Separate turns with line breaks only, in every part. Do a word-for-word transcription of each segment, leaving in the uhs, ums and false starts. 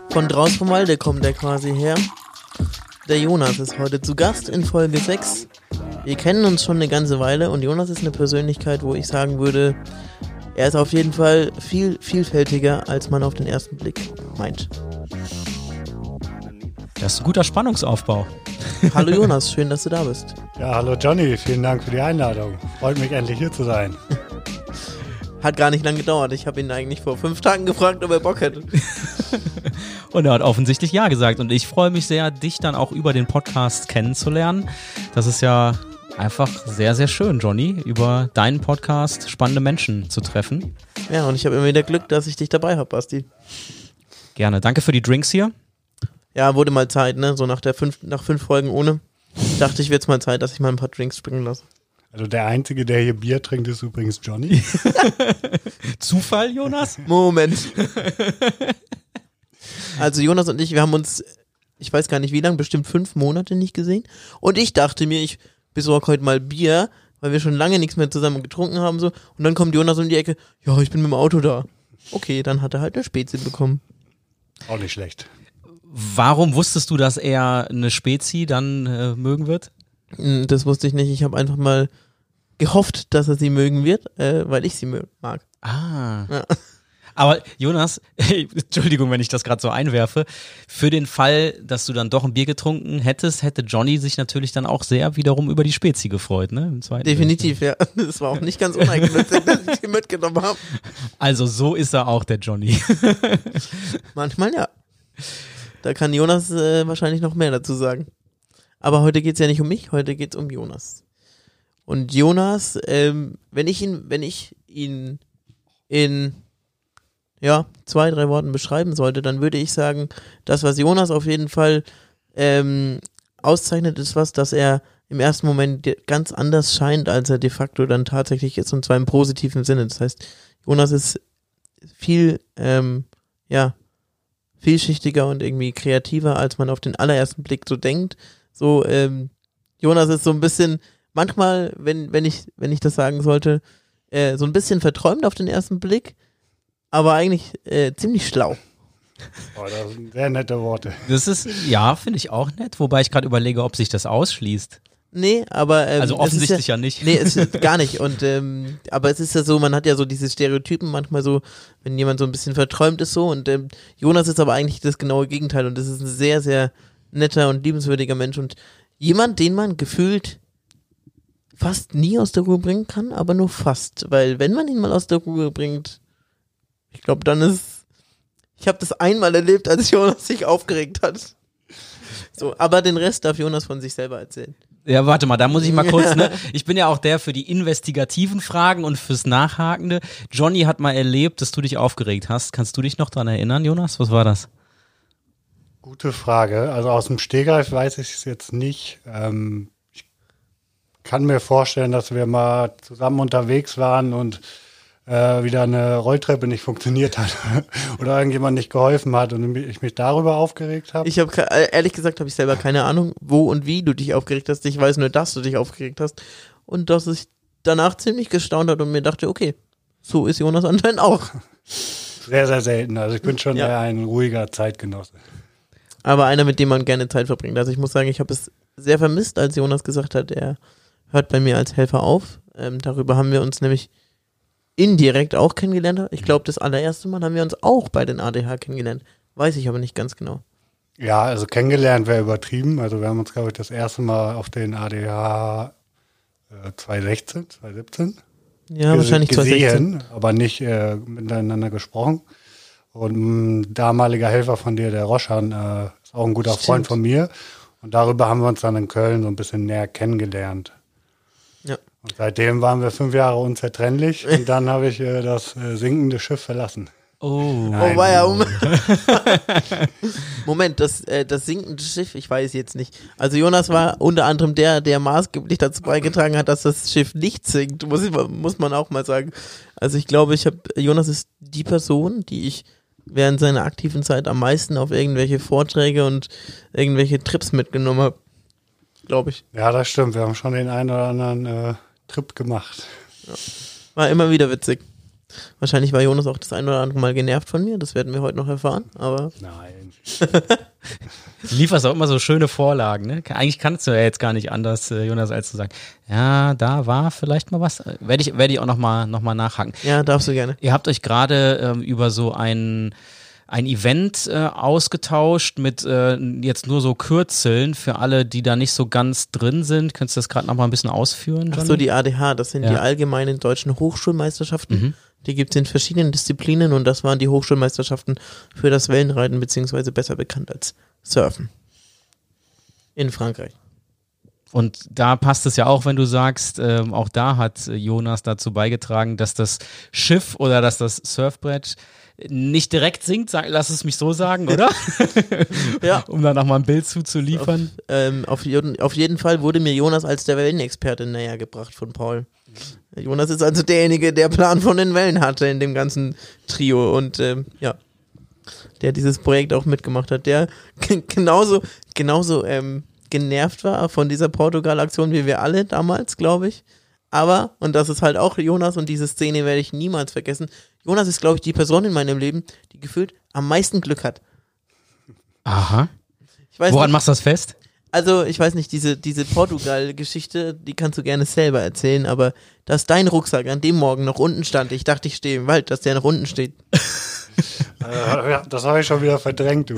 Von draußen vom Walde kommt der quasi her. Der Jonas ist heute zu Gast in Folge sechs. Wir kennen uns schon eine ganze Weile und Jonas ist eine Persönlichkeit, wo ich sagen würde, er ist auf jeden Fall viel vielfältiger, als man auf den ersten Blick meint.
Das ist ein guter Spannungsaufbau.
Hallo Jonas, schön, dass du da bist.
Ja, hallo Johnny, vielen Dank für die Einladung. Freut mich endlich hier zu sein.
Hat gar nicht lange gedauert. Ich habe ihn eigentlich vor fünf Tagen gefragt, ob er Bock hätte.
Und er hat offensichtlich ja gesagt. Und ich freue mich sehr, dich dann auch über den Podcast kennenzulernen. Das ist ja einfach sehr, sehr schön, Johnny, über deinen Podcast spannende Menschen zu treffen.
Ja, und ich habe immer wieder Glück, dass ich dich dabei habe, Basti.
Gerne. Danke für die Drinks hier.
Ja, wurde mal Zeit, ne? So nach der fünf, nach fünf Folgen ohne. Dachte ich, wird's mal Zeit, dass ich mal ein paar Drinks springen lasse.
Also der Einzige, der hier Bier trinkt, ist übrigens Johnny.
Zufall, Jonas?
Moment. Also Jonas und ich, wir haben uns, ich weiß gar nicht wie lange, bestimmt fünf Monate nicht gesehen. Und ich dachte mir, ich besorge heute mal Bier, weil wir schon lange nichts mehr zusammen getrunken haben. so. Und dann kommt Jonas um die Ecke, ja, ich bin mit dem Auto da. Okay, dann hat er halt eine Spezi bekommen.
Auch nicht schlecht.
Warum wusstest du, dass er eine Spezi dann äh, mögen wird?
Das wusste ich nicht. Ich habe einfach mal gehofft, dass er sie mögen wird, äh, weil ich sie mag.
Ah.
Ja.
Aber Jonas, Entschuldigung, wenn ich das gerade so einwerfe, für den Fall, dass du dann doch ein Bier getrunken hättest, hätte Johnny sich natürlich dann auch sehr wiederum über die Spezi gefreut, ne? Im zweiten
Definitiv, Bild. Ja. Das war auch nicht ganz uneigennützig, dass ich sie mitgenommen habe.
Also so ist er auch, der Johnny.
Manchmal ja. Da kann Jonas äh, wahrscheinlich noch mehr dazu sagen. Aber heute geht's ja nicht um mich, heute geht's um Jonas. Und Jonas, ähm, wenn ich ihn, wenn ich ihn in ja, zwei, drei Worten beschreiben sollte, dann würde ich sagen, das, was Jonas auf jeden Fall ähm, auszeichnet, ist was, dass er im ersten Moment ganz anders scheint, als er de facto dann tatsächlich ist, und zwar im positiven Sinne. Das heißt, Jonas ist viel, ähm, ja, vielschichtiger und irgendwie kreativer, als man auf den allerersten Blick so denkt. So, ähm, Jonas ist so ein bisschen, manchmal, wenn, wenn ich, wenn ich das sagen sollte, äh, so ein bisschen verträumt auf den ersten Blick, aber eigentlich äh, ziemlich schlau.
Oh, das sind sehr nette Worte.
Das ist, ja, finde ich auch nett, wobei ich gerade überlege, ob sich das ausschließt.
Nee, aber ähm,
also offensichtlich
ja,
ja nicht.
Nee, es ist gar nicht. Und ähm, aber es ist ja so, man hat ja so diese Stereotypen manchmal so, wenn jemand so ein bisschen verträumt ist so, und ähm, Jonas ist aber eigentlich das genaue Gegenteil, und das ist ein sehr, sehr netter und liebenswürdiger Mensch und jemand, den man gefühlt fast nie aus der Ruhe bringen kann, aber nur fast, weil wenn man ihn mal aus der Ruhe bringt, ich glaube, dann ist, ich habe das einmal erlebt, als Jonas sich aufgeregt hat. So, aber den Rest darf Jonas von sich selber erzählen.
Ja, warte mal, da muss ich mal kurz, ne? Ich bin ja auch der für die investigativen Fragen und fürs Nachhakende. Johnny hat mal erlebt, dass du dich aufgeregt hast. Kannst du dich noch daran erinnern, Jonas? Was war das?
Gute Frage. Also aus dem Stegreif weiß ich es jetzt nicht. Ähm, ich kann mir vorstellen, dass wir mal zusammen unterwegs waren und äh, wieder eine Rolltreppe nicht funktioniert hat oder irgendjemand nicht geholfen hat und ich mich darüber aufgeregt habe.
Ich habe, ehrlich gesagt, habe ich selber keine Ahnung, wo und wie du dich aufgeregt hast. Ich weiß nur, dass du dich aufgeregt hast und dass ich danach ziemlich gestaunt hat und mir dachte, okay, so ist Jonas anscheinend auch.
Sehr, sehr selten. Also ich bin schon ja. eher ein ruhiger Zeitgenosse.
Aber einer, mit dem man gerne Zeit verbringt. Also ich muss sagen, ich habe es sehr vermisst, als Jonas gesagt hat, er hört bei mir als Helfer auf. Ähm, darüber haben wir uns nämlich indirekt auch kennengelernt. Ich glaube, das allererste Mal haben wir uns auch bei den A D H kennengelernt. Weiß ich aber nicht ganz genau.
Ja, also kennengelernt wäre übertrieben. Also wir haben uns, glaube ich, das erste Mal auf den A D H äh, zwanzig sechzehn, zwanzig siebzehn
ja, wahrscheinlich
gesehen,
zwanzig sechzehn.
Aber nicht äh, miteinander gesprochen. Und ein damaliger Helfer von dir, der Roschan, äh, ist auch ein guter
Stimmt.
Freund von mir. Und darüber haben wir uns dann in Köln so ein bisschen näher kennengelernt.
Ja.
Und seitdem waren wir fünf Jahre unzertrennlich und dann habe ich äh, das äh, sinkende Schiff verlassen.
Oh.
Nein. Oh, war ja um. Moment, das, äh, das sinkende Schiff, ich weiß jetzt nicht. Also Jonas war unter anderem der, der maßgeblich dazu beigetragen hat, dass das Schiff nicht sinkt, muss, ich, muss man auch mal sagen. Also ich glaube, ich habe, Jonas ist die Person, die ich während seiner aktiven Zeit am meisten auf irgendwelche Vorträge und irgendwelche Trips mitgenommen habe. Glaube ich.
Ja, das stimmt. Wir haben schon den einen oder anderen äh, Trip gemacht.
Ja. War immer wieder witzig. Wahrscheinlich war Jonas auch das ein oder andere Mal genervt von mir, das werden wir heute noch erfahren, aber...
Nein.
Du lieferst auch immer so schöne Vorlagen, ne? Eigentlich kannst du ja jetzt gar nicht anders, äh, Jonas, als zu sagen, ja, da war vielleicht mal was. Werde ich, werde ich auch nochmal noch mal nachhaken.
Ja, darfst du gerne.
Ihr habt euch gerade ähm, über so ein, ein Event äh, ausgetauscht mit äh, jetzt nur so Kürzeln für alle, die da nicht so ganz drin sind. Könntest du das gerade nochmal ein bisschen ausführen, Johnny?
Ach so, die A D H, das sind
Ja.
die allgemeinen deutschen Hochschulmeisterschaften.
Mhm.
Die gibt es in verschiedenen Disziplinen und das waren die Hochschulmeisterschaften für das Wellenreiten, beziehungsweise besser bekannt als Surfen. In Frankreich.
Und da passt es ja auch, wenn du sagst, ähm, auch da hat Jonas dazu beigetragen, dass das Schiff oder dass das Surfbrett nicht direkt sinkt, sag, lass es mich so sagen, oder?
Ja.
Um da nochmal ein Bild zuzuliefern.
Auf, ähm, auf, jeden, auf jeden Fall wurde mir Jonas als der Wellenexperte näher gebracht von Paul. Jonas ist also derjenige, der Plan von den Wellen hatte in dem ganzen Trio und ähm, ja, der dieses Projekt auch mitgemacht hat, der g- genauso, genauso ähm, genervt war von dieser Portugal-Aktion wie wir alle damals, glaube ich. Aber, und das ist halt auch Jonas und diese Szene werde ich niemals vergessen, Jonas ist, glaube ich, die Person in meinem Leben, die gefühlt am meisten Glück hat.
Aha.
Ich weiß
Woran
nicht,
machst du das fest?
Also, ich weiß nicht, diese, diese Portugal-Geschichte, die kannst du gerne selber erzählen, aber dass dein Rucksack an dem Morgen noch unten stand, ich dachte, ich stehe im Wald, dass der noch unten steht.
Äh, ja, das habe ich schon wieder verdrängt, du.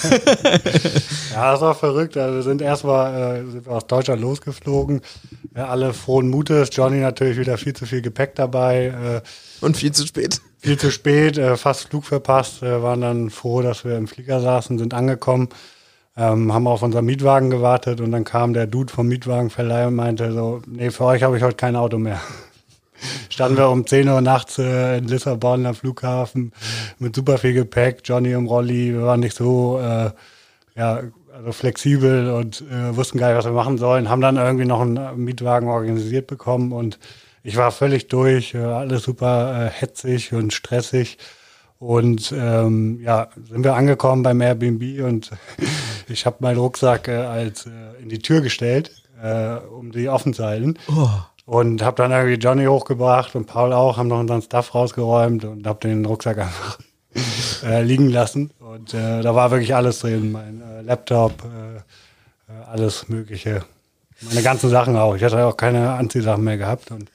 Ja, das war verrückt. Also wir sind erstmal äh, sind wir aus Deutschland losgeflogen. Ja, alle frohen Mutes. Johnny natürlich wieder viel zu viel Gepäck dabei. Äh,
Und viel zu spät.
viel zu spät, äh, fast Flug verpasst. Wir waren dann froh, dass wir im Flieger saßen, sind angekommen. Ähm, haben auf unseren Mietwagen gewartet und dann kam der Dude vom Mietwagenverleih und meinte so, nee, für euch habe ich heute kein Auto mehr. Standen wir um zehn Uhr nachts äh, in Lissabon am Flughafen mit super viel Gepäck, Johnny im Rolli, wir waren nicht so äh, ja, also flexibel und äh, wussten gar nicht, was wir machen sollen, haben dann irgendwie noch einen Mietwagen organisiert bekommen und ich war völlig durch, äh, alles super äh, hetzig und stressig. Und ähm, ja, sind wir angekommen beim Airbnb und ich habe meinen Rucksack äh, als äh, in die Tür gestellt, äh, um die offen zu halten.
Oh.
Und habe dann irgendwie Johnny hochgebracht und Paul auch, haben noch unseren Stuff rausgeräumt und habe den Rucksack einfach äh, liegen lassen. Und äh, da war wirklich alles drin, mein äh, Laptop, äh, äh, alles Mögliche, meine ganzen Sachen auch. Ich hatte auch keine Anziehsachen mehr gehabt und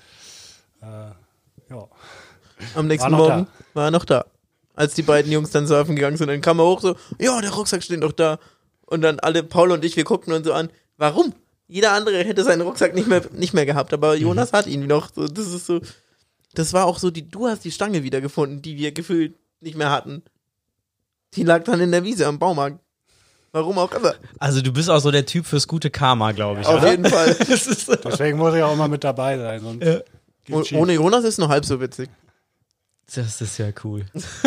äh, ja.
Am nächsten
War noch
Morgen war er noch da. Als die beiden Jungs dann surfen gegangen sind, dann kam er hoch so, ja, der Rucksack steht doch da. Und dann alle, Paul und ich, wir guckten uns so an, warum? Jeder andere hätte seinen Rucksack nicht mehr, nicht mehr gehabt, aber Jonas hat ihn noch. So, das ist so, das war auch so, die, du hast die Stange wiedergefunden, die wir gefühlt nicht mehr hatten. Die lag dann in der Wiese am Baumarkt. Warum auch immer.
Also du bist auch so der Typ fürs gute Karma, glaube ich.
Auf
oder?
jeden Fall.
Das ist so.
Deswegen muss ich auch immer mit dabei sein. Sonst
Ja.
geht's
Oh-
schief.
Ohne Jonas ist noch halb so witzig.
Das ist ja cool.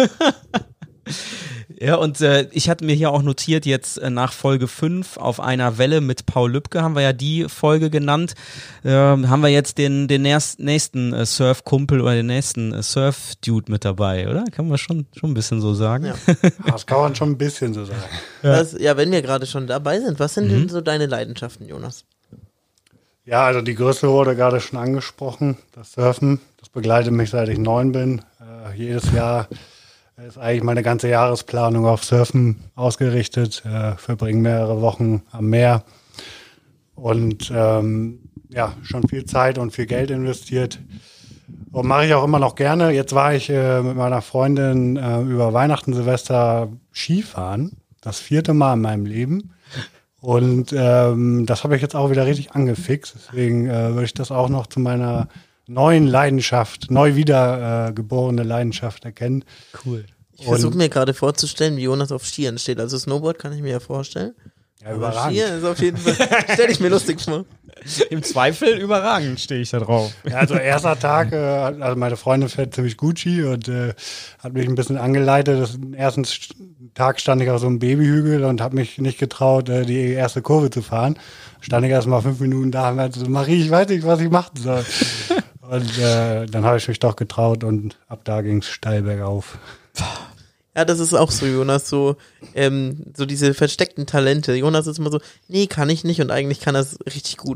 Ja, und äh, ich hatte mir hier auch notiert, jetzt äh, nach Folge fünf auf einer Welle mit Paul Lübcke, haben wir ja die Folge genannt, äh, haben wir jetzt den, den nächst, nächsten äh, Surf-Kumpel oder den nächsten äh, Surf-Dude mit dabei, oder? Kann man schon, schon ein bisschen so sagen.
Ja.
Das kann man schon ein bisschen so sagen.
Ja.
Das, ja, wenn wir gerade schon dabei sind, was sind
Mhm.
denn so deine Leidenschaften, Jonas?
Ja, also die größte wurde gerade schon angesprochen, das Surfen. Das begleitet mich, seit ich neun bin. Äh, jedes Jahr ist eigentlich meine ganze Jahresplanung auf Surfen ausgerichtet. Äh, verbringe mehrere Wochen am Meer und ähm, ja, schon viel Zeit und viel Geld investiert. Und mache ich auch immer noch gerne. Jetzt war ich äh, mit meiner Freundin äh, über Weihnachten, Silvester Skifahren. Das vierte Mal in meinem Leben. Und ähm, das habe ich jetzt auch wieder richtig angefixt. Deswegen äh, würde ich das auch noch zu meiner neuen Leidenschaft, neu wieder äh, geborene Leidenschaft erkennen.
Cool.
Ich versuche
Und-
mir gerade vorzustellen, wie Jonas auf Skiern steht. Also Snowboard kann ich mir ja vorstellen.
Ja,
Aber
überragend.
Skier ist auf jeden Fall, stell ich mir lustig vor.
Im Zweifel überragend stehe ich da drauf.
Ja, also erster Tag, äh, also meine Freundin fährt ziemlich gut Ski und äh, hat mich ein bisschen angeleitet. Das, den ersten Tag stand ich auf so einem Babyhügel und habe mich nicht getraut, äh, die erste Kurve zu fahren. Stand ich erst mal fünf Minuten da und meinte so, Marie, ich weiß nicht, was ich machen soll. Und äh, dann habe ich mich doch getraut und ab da ging es steil bergauf.
Ja, das ist auch so, Jonas, so, ähm, so diese versteckten Talente. Jonas ist immer so, nee, kann ich nicht und eigentlich kann er es richtig gut.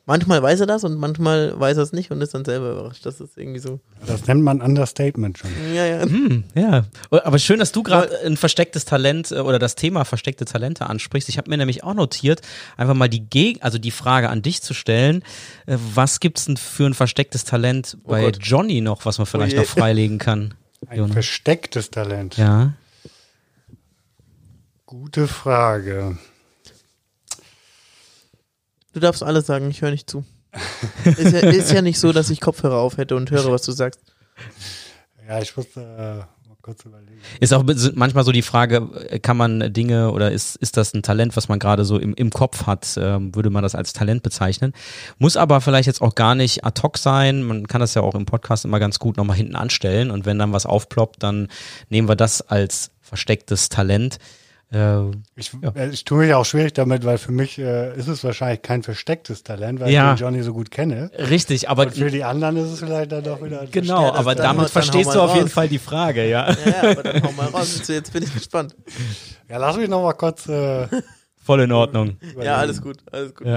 manchmal weiß er das und manchmal weiß er es nicht und ist dann selber überrascht. Das ist irgendwie so.
Das nennt man Understatement schon.
Ja, ja.
Hm, ja. Aber schön, dass du gerade ein verstecktes Talent äh, oder das Thema versteckte Talente ansprichst. Ich habe mir nämlich auch notiert, einfach mal die Geg- also die Frage an dich zu stellen, äh, was gibt's denn für ein verstecktes Talent
Oh
bei
Gott.
Johnny noch, was man vielleicht
Oh je.
noch freilegen kann?
Ein
Jonas?
verstecktes Talent.
Ja.
Gute Frage.
Du darfst alles sagen, ich höre nicht zu. ist, ja, ist ja nicht so, dass ich Kopfhörer auf hätte und höre, was du sagst.
Ja, ich musste äh, mal kurz überlegen.
Ist auch manchmal so die Frage, kann man Dinge oder ist, ist das ein Talent, was man gerade so im, im Kopf hat, ähm, würde man das als Talent bezeichnen. Muss aber vielleicht jetzt auch gar nicht ad hoc sein, man kann das ja auch im Podcast immer ganz gut nochmal hinten anstellen und wenn dann was aufploppt, dann nehmen wir das als verstecktes Talent. Äh,
Ich,
Ja.
äh, ich tue mich auch schwierig damit, weil für mich äh, ist es wahrscheinlich kein verstecktes Talent, weil
Ja.
ich den Johnny so gut kenne.
richtig, aber
Und für die anderen ist es vielleicht dann doch wieder ein
genau,
Ja, das-
aber
dann
damit
hau- dann
verstehst
hau
du
mal
auf jeden
raus.
Fall die Frage, ja.
Ja, ja, aber dann hau mal raus. Jetzt, jetzt bin ich gespannt.
Ja, lass mich noch mal kurz äh,
Voll in Ordnung.
überlegen.
Ja, alles gut, alles gut.
Ja.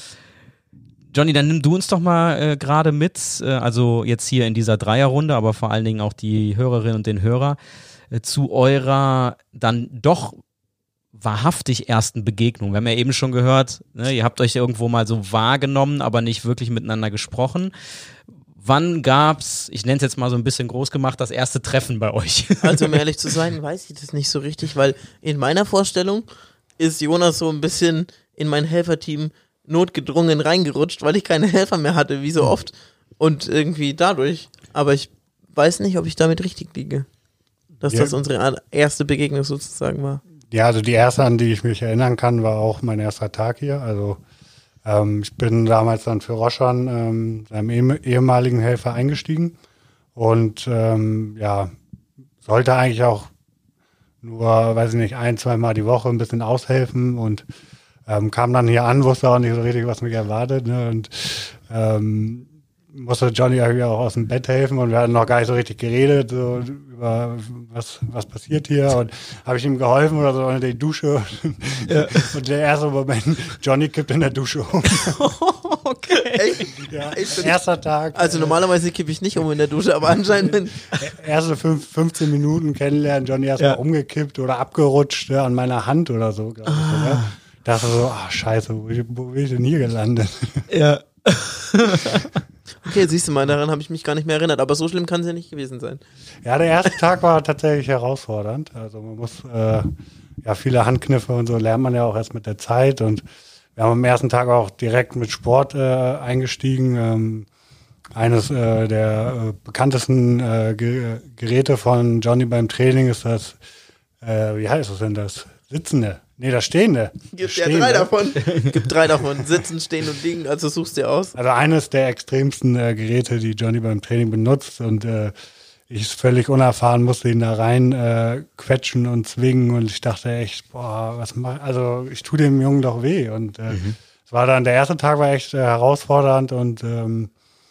Johnny, dann nimm du uns doch mal äh, gerade mit, äh, also jetzt hier in dieser Dreierrunde, aber vor allen Dingen auch die Hörerinnen und den Hörer, äh, zu eurer dann doch wahrhaftig ersten Begegnung. Wir haben ja eben schon gehört, ne, ihr habt euch irgendwo mal so wahrgenommen, aber nicht wirklich miteinander gesprochen. Wann gab's, ich nenne es jetzt mal so ein bisschen groß gemacht, das erste Treffen bei euch?
Also um ehrlich zu sein, weiß ich das nicht so richtig, weil in meiner Vorstellung ist Jonas so ein bisschen in mein Helferteam notgedrungen reingerutscht, weil ich keine Helfer mehr hatte, wie so oft. Und irgendwie dadurch. Aber ich weiß nicht, ob ich damit richtig liege. Dass
Ja.
das unsere erste Begegnung sozusagen war.
Ja, also die erste, an die ich mich erinnern kann, war auch mein erster Tag hier. Also ähm, ich bin damals dann für Roschan, ähm, seinem ehem- ehemaligen Helfer, eingestiegen und ähm, ja, sollte eigentlich auch nur, weiß ich nicht, ein, zwei Mal die Woche ein bisschen aushelfen und ähm, kam dann hier an, wusste auch nicht so richtig, was mich erwartet, ne, und ähm, musste Johnny irgendwie auch aus dem Bett helfen und wir hatten noch gar nicht so richtig geredet, so über was, was passiert hier und habe ich ihm geholfen oder so in die Dusche
Ja.
und der erste Moment, Johnny kippt in der Dusche um.
Okay.
Echt?
Ja,
Ich bin-
erster Tag.
Also normalerweise kippe ich nicht um in der Dusche, aber anscheinend.
äh, erste fünf, fünfzehn Minuten kennenlernen, Johnny erstmal
Ja.
umgekippt oder abgerutscht, ja, an meiner Hand oder so. glaub ich,
Ah.
oder? Dachte so, ach scheiße, wo, wo bin ich denn hier gelandet?
Ja.
Okay, siehst du mal, daran habe ich mich gar nicht mehr erinnert. Aber so schlimm kann es ja nicht gewesen sein.
Ja, der erste Tag war tatsächlich herausfordernd. Also man muss, äh, ja, viele Handkniffe und so lernt man ja auch erst mit der Zeit. Und wir haben am ersten Tag auch direkt mit Sport äh, eingestiegen. Ähm, eines äh, der äh, bekanntesten äh, Ge Geräte von Johnny beim Training ist das, äh, wie heißt es denn das? Sitzende. Nee, das Stehende.
Gibt
Das
ja
Stehende.
drei davon. Gibt drei davon. Sitzen, stehen und liegen. Also suchst dir aus.
Also eines der extremsten äh, Geräte, die Johnny beim Training benutzt und äh, ich völlig unerfahren musste ihn da rein äh, quetschen und zwingen und ich dachte echt, boah, was mach, also ich tue dem Jungen doch weh und äh,
Mhm.
es war dann, der erste Tag war echt äh, herausfordernd und ähm,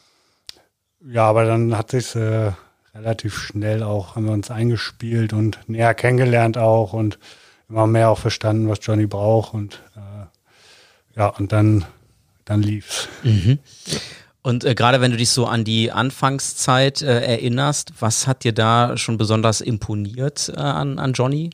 ja, aber dann hat sich äh, relativ schnell auch, haben wir uns eingespielt und näher kennengelernt auch und immer mehr auch verstanden, was Johnny braucht und äh, ja, und dann, dann lief's.
Mhm. Und äh, gerade wenn du dich so an die Anfangszeit äh, erinnerst, was hat dir da schon besonders imponiert äh, an, an Johnny?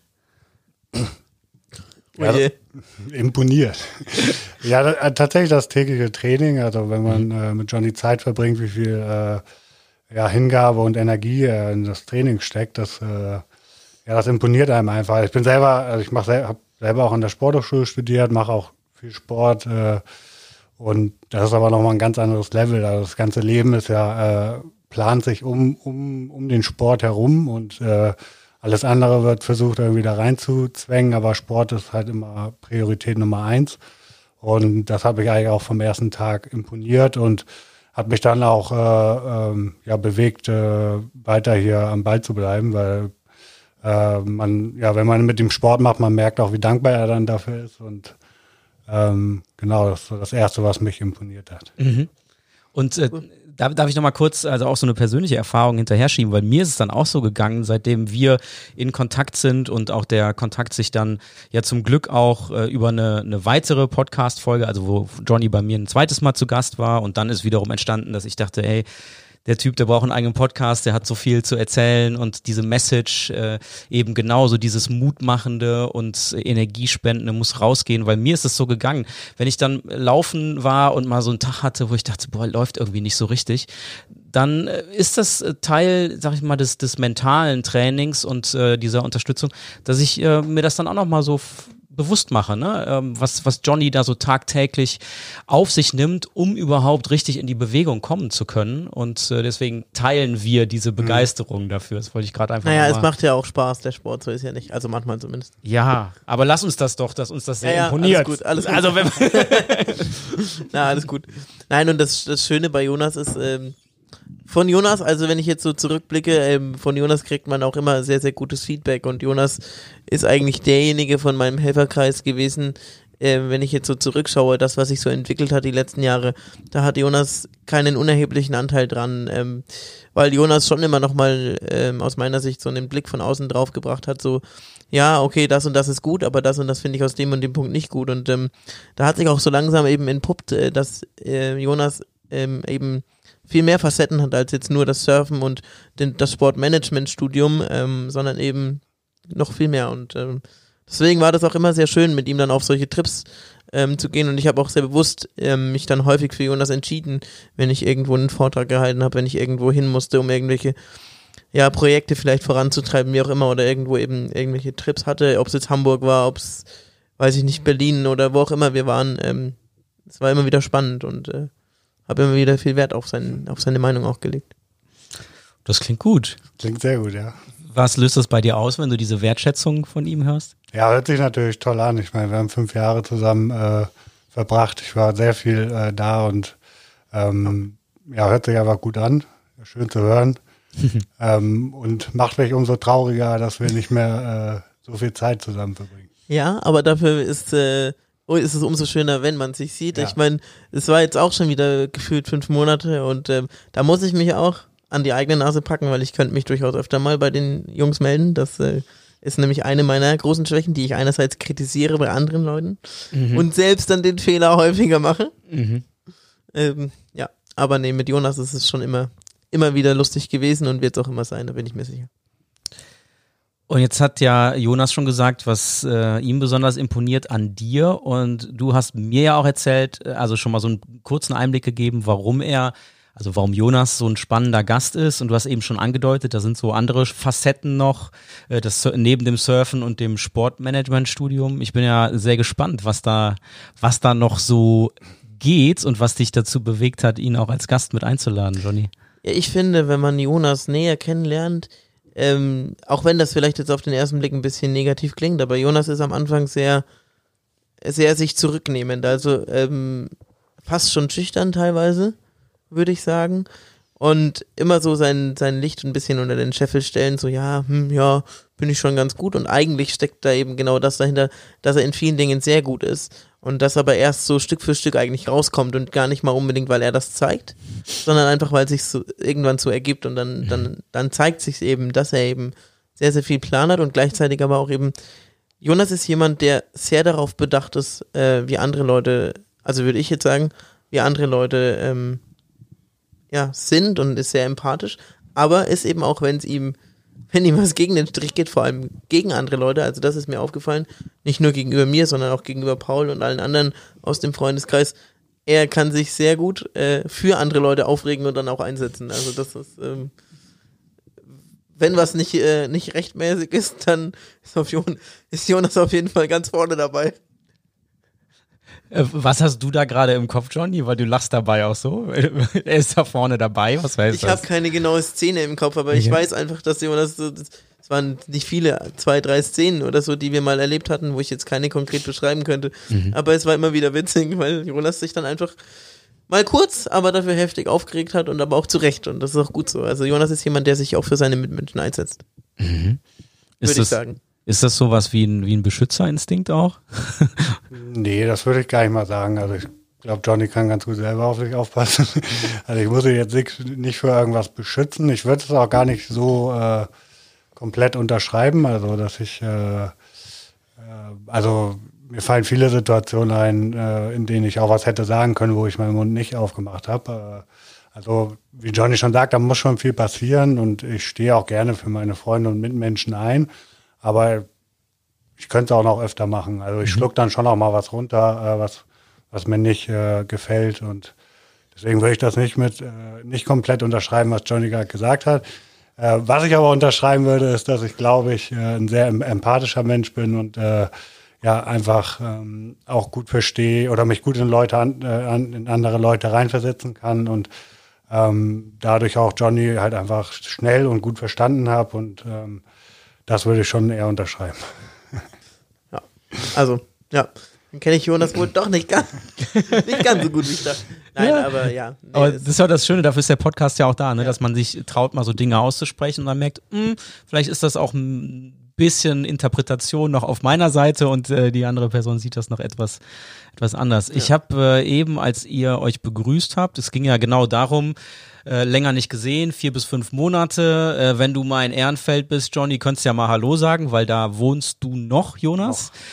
Ja,
Oh je.
imponiert. Ja, da, äh, tatsächlich das tägliche Training, also wenn man äh, mit Johnny Zeit verbringt, wie viel äh, ja, Hingabe und Energie er in das Training steckt, das, äh, ja, das imponiert einem einfach. Ich bin selber, also ich mache sel habe selber auch an der Sporthochschule studiert, mache auch viel Sport äh, und das ist aber nochmal ein ganz anderes Level. Also das ganze Leben ist ja, äh, plant sich um, um, um den Sport herum und äh, alles andere wird versucht, irgendwie da reinzuzwängen, aber Sport ist halt immer Priorität Nummer eins. Und das hat mich eigentlich auch vom ersten Tag imponiert und hat mich dann auch äh, ähm, ja, bewegt, äh, weiter hier am Ball zu bleiben, weil äh, man, ja, wenn man mit dem Sport macht, man merkt auch, wie dankbar er dann dafür ist. Und ähm, genau, das ist so das Erste, was mich imponiert hat.
Mhm. Und äh, Darf, darf ich noch mal kurz, also auch so eine persönliche Erfahrung hinterher schieben, weil mir ist es dann auch so gegangen, seitdem wir in Kontakt sind und auch der Kontakt sich dann ja zum Glück auch äh, über eine, eine weitere Podcast-Folge, also wo Johnny bei mir ein zweites Mal zu Gast war und dann ist wiederum entstanden, dass ich dachte, ey, der Typ, der braucht einen eigenen Podcast, der hat so viel zu erzählen und diese Message, äh, eben genauso dieses Mutmachende und Energiespendende muss rausgehen, weil mir ist es so gegangen, wenn ich dann laufen war und mal so einen Tag hatte, wo ich dachte, boah, läuft irgendwie nicht so richtig, dann äh, ist das Teil, sag ich mal, des, des mentalen Trainings und äh, dieser Unterstützung, dass ich äh, mir das dann auch nochmal so f- bewusst mache, ne? ähm, was, was Johnny da so tagtäglich auf sich nimmt, um überhaupt richtig in die Bewegung kommen zu können und äh, deswegen teilen wir diese Begeisterung mhm. dafür, das wollte ich gerade einfach
Naja,
mal
es macht ja auch Spaß, der Sport, so ist ja nicht, also manchmal zumindest.
Ja, aber lass uns das doch, dass uns das sehr
ja, ja,
imponiert.
Alles gut, alles gut.
Also, wenn
Na, alles gut. Nein, und das, das Schöne bei Jonas ist, ähm, von Jonas, also wenn ich jetzt so zurückblicke, ähm, von Jonas kriegt man auch immer sehr, sehr gutes Feedback und Jonas ist eigentlich derjenige von meinem Helferkreis gewesen, äh, wenn ich jetzt so zurückschaue, das, was sich so entwickelt hat die letzten Jahre, da hat Jonas keinen unerheblichen Anteil dran, ähm, weil Jonas schon immer nochmal ähm, aus meiner Sicht so einen Blick von außen drauf gebracht hat, so, ja, okay, das und das ist gut, aber das und das finde ich aus dem und dem Punkt nicht gut und ähm, da hat sich auch so langsam eben entpuppt, äh, dass äh, Jonas ähm, eben viel mehr Facetten hat als jetzt nur das Surfen und den, das Sportmanagement-Studium, ähm, sondern eben noch viel mehr und ähm, deswegen war das auch immer sehr schön, mit ihm dann auf solche Trips ähm, zu gehen und ich habe auch sehr bewusst ähm, mich dann häufig für Jonas entschieden, wenn ich irgendwo einen Vortrag gehalten habe, wenn ich irgendwo hin musste, um irgendwelche ja, Projekte vielleicht voranzutreiben, wie auch immer, oder irgendwo eben irgendwelche Trips hatte, ob es jetzt Hamburg war, ob es, weiß ich nicht, Berlin oder wo auch immer wir waren, ähm, es war immer wieder spannend und äh, habe immer wieder viel Wert auf, sein, auf seine Meinung auch gelegt.
Das klingt gut.
Klingt sehr gut, ja.
Was löst das bei dir aus, wenn du diese Wertschätzung von ihm hörst?
Ja, hört sich natürlich toll an. Ich meine, wir haben fünf Jahre zusammen äh, verbracht. Ich war sehr viel äh, da und ähm, ja, hört sich einfach gut an. Schön zu hören. ähm, und macht mich umso trauriger, dass wir nicht mehr äh, so viel Zeit zusammen verbringen.
Ja, aber dafür ist äh, Oh, ist es umso schöner, wenn man sich sieht. Ja. Ich meine, es war jetzt auch schon wieder gefühlt fünf Monate und ähm, da muss ich mich auch an die eigene Nase packen, weil ich könnte mich durchaus öfter mal bei den Jungs melden. Das äh, ist nämlich eine meiner großen Schwächen, die ich einerseits kritisiere bei anderen Leuten mhm. und selbst dann den Fehler häufiger mache. Mhm. Ähm, ja, aber nee, mit Jonas ist es schon immer, immer wieder lustig gewesen und wird es auch immer sein, da bin ich mir sicher.
Und jetzt hat ja Jonas schon gesagt, was äh, ihm besonders imponiert an dir und du hast mir ja auch erzählt, also schon mal so einen kurzen Einblick gegeben, warum er, also warum Jonas so ein spannender Gast ist und du hast eben schon angedeutet, da sind so andere Facetten noch, äh, das neben dem Surfen und dem Sportmanagement-Studium. Ich bin ja sehr gespannt, was da, was da noch so geht und was dich dazu bewegt hat, ihn auch als Gast mit einzuladen, Johnny.
Ja, ich finde, wenn man Jonas näher kennenlernt, Ähm, auch wenn das vielleicht jetzt auf den ersten Blick ein bisschen negativ klingt, aber Jonas ist am Anfang sehr, sehr sich zurücknehmend, also ähm, fast schon schüchtern teilweise, würde ich sagen, und immer so sein, sein Licht ein bisschen unter den Scheffel stellen, so ja, hm, ja, bin ich schon ganz gut und eigentlich steckt da eben genau das dahinter, dass er in vielen Dingen sehr gut ist und das aber erst so Stück für Stück eigentlich rauskommt und gar nicht mal unbedingt, weil er das zeigt, sondern einfach, weil es sich so irgendwann so ergibt und dann, dann, dann zeigt sich eben, dass er eben sehr, sehr viel Plan hat und gleichzeitig aber auch eben, Jonas ist jemand, der sehr darauf bedacht ist, äh, wie andere Leute, also würde ich jetzt sagen, wie andere Leute ähm, ja, sind und ist sehr empathisch, aber ist eben auch, wenn es ihm wenn ihm was gegen den Strich geht, vor allem gegen andere Leute, also das ist mir aufgefallen, nicht nur gegenüber mir, sondern auch gegenüber Paul und allen anderen aus dem Freundeskreis, er kann sich sehr gut äh, für andere Leute aufregen und dann auch einsetzen, also das ist, ähm, wenn was nicht, äh, nicht rechtmäßig ist, dann ist, auf Jon- ist Jonas auf jeden Fall ganz vorne dabei.
Was hast du da gerade im Kopf, Johnny? Weil du lachst dabei auch so. Er ist da vorne dabei, was heißt
ich
das?
Ich habe keine genaue Szene im Kopf, aber ich ja. weiß einfach, dass Jonas so, es waren nicht viele, zwei, drei Szenen oder so, die wir mal erlebt hatten, wo ich jetzt keine konkret beschreiben könnte. Mhm. Aber es war immer wieder witzig, weil Jonas sich dann einfach mal kurz, aber dafür heftig aufgeregt hat und aber auch zu Recht. Und das ist auch gut so. Also Jonas ist jemand, der sich auch für seine Mitmenschen einsetzt.
Mhm. Würde
ich sagen.
Ist das sowas wie ein, wie ein Beschützerinstinkt auch?
Nee, das würde ich gar nicht mal sagen. Also ich Ich glaube, Johnny kann ganz gut selber auf sich aufpassen. Also ich muss ihn jetzt nicht für irgendwas beschützen. Ich würde es auch gar nicht so äh, komplett unterschreiben. Also dass ich, äh, äh, also mir fallen viele Situationen ein, äh, in denen ich auch was hätte sagen können, wo ich meinen Mund nicht aufgemacht habe. Äh, also wie Johnny schon sagt, da muss schon viel passieren und ich stehe auch gerne für meine Freunde und Mitmenschen ein. Aber ich könnte es auch noch öfter machen. Also ich schluck dann schon auch mal was runter, äh, was was mir nicht äh, gefällt und deswegen würde ich das nicht mit äh, nicht komplett unterschreiben, was Johnny gerade gesagt hat. Äh, was ich aber unterschreiben würde, ist, dass ich glaube ich äh, ein sehr empathischer Mensch bin und äh, ja einfach ähm, auch gut verstehe oder mich gut in Leute an, äh, an, in andere Leute reinversetzen kann und ähm, dadurch auch Johnny halt einfach schnell und gut verstanden habe und ähm, das würde ich schon eher unterschreiben.
Ja, also ja. Dann kenne ich Jonas wohl doch nicht ganz, nicht ganz so gut wie ich dachte. Nein,
ja.
aber ja. Nee,
aber das ist ja das Schöne, dafür ist der Podcast ja auch da, ne? Ja. Dass man sich traut, mal so Dinge auszusprechen und dann merkt, mh, vielleicht ist das auch ein bisschen Interpretation noch auf meiner Seite und äh, die andere Person sieht das noch etwas, etwas anders. Ja. Ich habe äh, eben, als ihr euch begrüßt habt, es ging ja genau darum, äh, länger nicht gesehen, vier bis fünf Monate. Äh, wenn du mal in Ehrenfeld bist, Johnny, könntest ja mal Hallo sagen, weil da wohnst du noch, Jonas. Noch.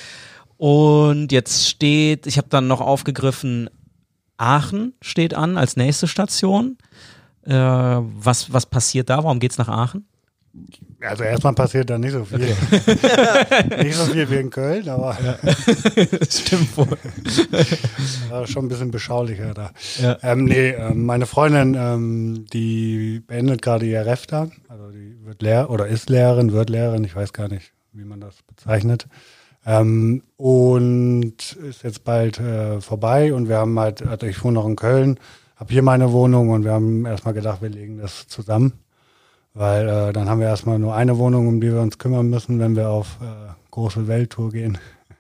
Und jetzt steht, ich habe dann noch aufgegriffen, Aachen steht an als nächste Station. Äh, was, was passiert da? Warum geht's nach Aachen?
Also erstmal passiert da nicht so viel. Okay. Nicht so viel wie in Köln, aber
ja. Das stimmt wohl.
War schon ein bisschen beschaulicher da.
Ja.
Ähm, nee, ähm, meine Freundin, ähm, die beendet gerade ihr Ref da. Also die wird Lehr- oder ist Lehrerin, wird Lehrerin, ich weiß gar nicht, wie man das bezeichnet. Ähm, und ist jetzt bald äh, vorbei und wir haben halt, also ich wohne noch in Köln, habe hier meine Wohnung und wir haben erstmal gedacht, wir legen das zusammen, weil äh, dann haben wir erstmal nur eine Wohnung, um die wir uns kümmern müssen, wenn wir auf äh, große Welttour gehen.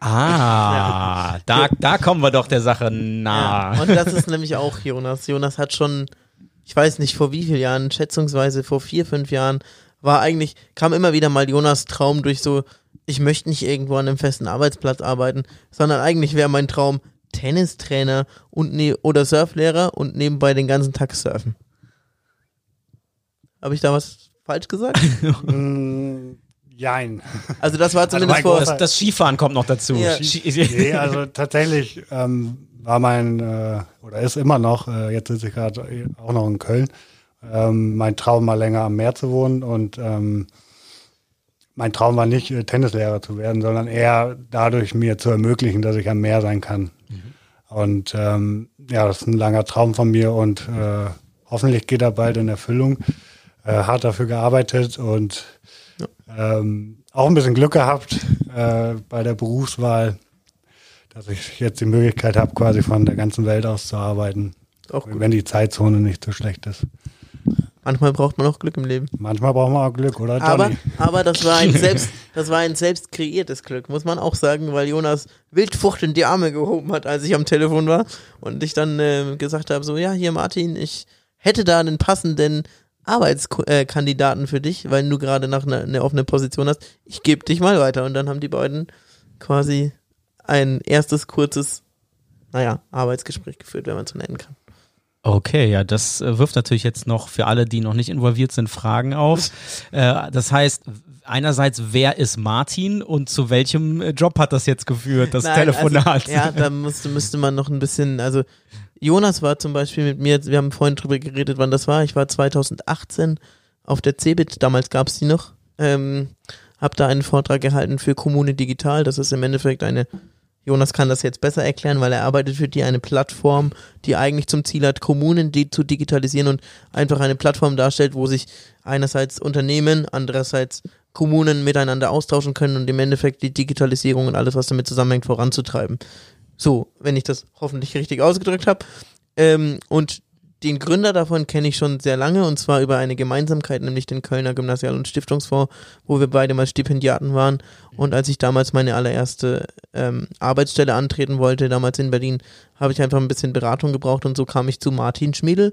Ah, da, da kommen wir doch der Sache nah.
Ja, und das ist nämlich auch Jonas. Jonas hat schon, ich weiß nicht vor wie vielen Jahren, schätzungsweise vor vier, fünf Jahren, war eigentlich, kam immer wieder mal Jonas Traum durch so, ich möchte nicht irgendwo an einem festen Arbeitsplatz arbeiten, sondern eigentlich wäre mein Traum Tennistrainer und ne- oder Surflehrer und nebenbei den ganzen Tag surfen. Habe ich da was falsch gesagt?
mm, jein.
Also das war zumindest
also
vor...
Das, das Skifahren kommt noch dazu.
Ja.
Nee, also tatsächlich ähm, war mein, äh, oder ist immer noch, äh, jetzt sitze ich gerade auch noch in Köln, ähm, mein Traum mal länger am Meer zu wohnen und ähm, mein Traum war nicht, Tennislehrer zu werden, sondern eher dadurch mir zu ermöglichen, dass ich am Meer sein kann. Mhm. Und ähm, ja, das ist ein langer Traum von mir und äh, hoffentlich geht er bald in Erfüllung. Äh, hart dafür gearbeitet und ja. ähm, auch ein bisschen Glück gehabt äh, bei der Berufswahl, dass ich jetzt die Möglichkeit habe, quasi von der ganzen Welt aus zu arbeiten, auch wenn die Zeitzone nicht so schlecht ist.
Manchmal braucht man auch Glück im Leben.
Manchmal braucht man auch Glück, oder Johnny?
Aber, aber das war ein selbst, das war ein selbst kreiertes Glück, muss man auch sagen, weil Jonas wildfuchtend die Arme gehoben hat, als ich am Telefon war und ich dann äh, gesagt habe, so ja, hier Martin, ich hätte da einen passenden Arbeitskandidaten für dich, weil du gerade nach einer eine offene Position hast. Ich gebe dich mal weiter. Und dann haben die beiden quasi ein erstes kurzes, naja, Arbeitsgespräch geführt, wenn man es so nennen kann.
Okay, ja, das äh, wirft natürlich jetzt noch für alle, die noch nicht involviert sind, Fragen auf. Äh, das heißt, einerseits, wer ist Martin und zu welchem Job hat das jetzt geführt, das
Nein,
Telefonat?
Also, ja, da musste, müsste man noch ein bisschen, also Jonas war zum Beispiel mit mir, wir haben vorhin drüber geredet, wann das war, ich war zwanzig achtzehn auf der CeBIT, damals gab es die noch, ähm, habe da einen Vortrag gehalten für Kommune Digital, das ist im Endeffekt eine, Jonas kann das jetzt besser erklären, weil er arbeitet für die eine Plattform, die eigentlich zum Ziel hat, Kommunen die zu digitalisieren und einfach eine Plattform darstellt, wo sich einerseits Unternehmen, andererseits Kommunen miteinander austauschen können und im Endeffekt die Digitalisierung und alles, was damit zusammenhängt, voranzutreiben. So, wenn ich das hoffentlich richtig ausgedrückt habe. Ähm, und den Gründer davon kenne ich schon sehr lange und zwar über eine Gemeinsamkeit, nämlich den Kölner Gymnasial- und Stiftungsfonds, wo wir beide mal Stipendiaten waren. Und als ich damals meine allererste ähm, Arbeitsstelle antreten wollte, damals in Berlin, habe ich einfach ein bisschen Beratung gebraucht und so kam ich zu Martin Schmiedl.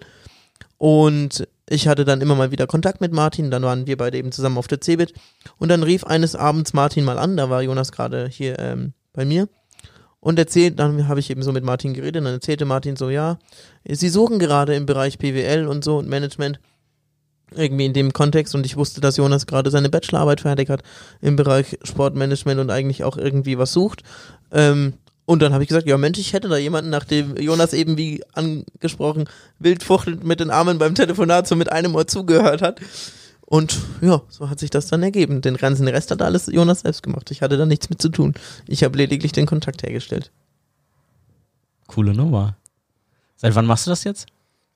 Und ich hatte dann immer mal wieder Kontakt mit Martin, dann waren wir beide eben zusammen auf der CeBIT und dann rief eines Abends Martin mal an, da war Jonas gerade hier ähm, bei mir Und erzählt, dann habe ich eben so mit Martin geredet und dann erzählte Martin so, ja, sie suchen gerade im Bereich P W L und so und Management irgendwie in dem Kontext und ich wusste, dass Jonas gerade seine Bachelorarbeit fertig hat im Bereich Sportmanagement und eigentlich auch irgendwie was sucht. Ähm, und dann habe ich gesagt, ja Mensch, ich hätte da jemanden, nachdem Jonas eben wie angesprochen wild fuchtelnd mit den Armen beim Telefonat so mit einem Ohr zugehört hat. Und ja, so hat sich das dann ergeben. Den ganzen Rest hat alles Jonas selbst gemacht. Ich hatte da nichts mit zu tun. Ich habe lediglich den Kontakt hergestellt.
Coole Nummer. Seit wann machst du das jetzt?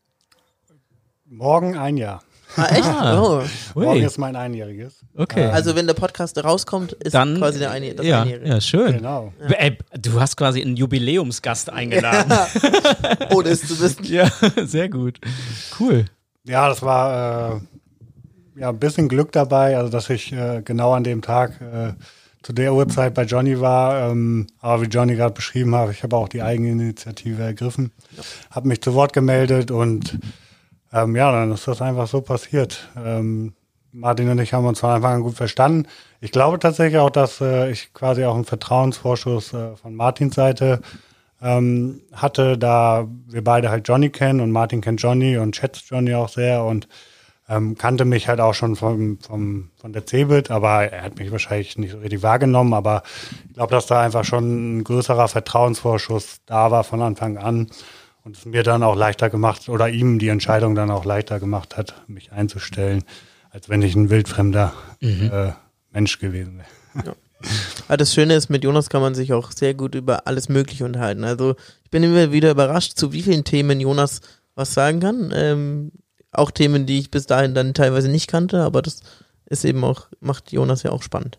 Morgen ein Jahr.
Ah, echt?
Ah.
Oh.
Morgen ist mein Einjähriges.
Okay.
Also wenn der Podcast rauskommt, ist
Dann,
quasi der eine, das
ja,
Einjährige.
ja, schön.
Genau.
Ja. Ey, du hast quasi einen Jubiläumsgast eingeladen.
Ohne es zu wissen.
Ja, sehr gut. Cool.
Ja, das war äh, ja ein bisschen Glück dabei, also dass ich äh, genau an dem Tag äh, zu der Uhrzeit bei Johnny war. Ähm, aber wie Johnny gerade beschrieben hat, ich habe auch die Eigeninitiative ergriffen, ja. habe mich zu Wort gemeldet und ähm, ja, dann ist das einfach so passiert. Ähm, Martin und ich haben uns von Anfang an gut verstanden. Ich glaube tatsächlich auch, dass äh, ich quasi auch einen Vertrauensvorschuss äh, von Martins Seite ähm, hatte, da wir beide halt Johnny kennen und Martin kennt Johnny und schätzt Johnny auch sehr und ähm, kannte mich halt auch schon vom, vom, von der Cebit, aber er hat mich wahrscheinlich nicht so richtig wahrgenommen, aber ich glaube, dass da einfach schon ein größerer Vertrauensvorschuss da war von Anfang an und es mir dann auch leichter gemacht oder ihm die Entscheidung dann auch leichter gemacht hat, mich einzustellen, als wenn ich ein wildfremder mhm. äh, Mensch gewesen wäre.
Ja. Aber das Schöne ist, mit Jonas kann man sich auch sehr gut über alles Mögliche unterhalten. Also ich bin immer wieder überrascht, zu wie vielen Themen Jonas was sagen kann. Ähm, auch Themen, die ich bis dahin dann teilweise nicht kannte, aber das ist eben auch, macht Jonas ja auch spannend.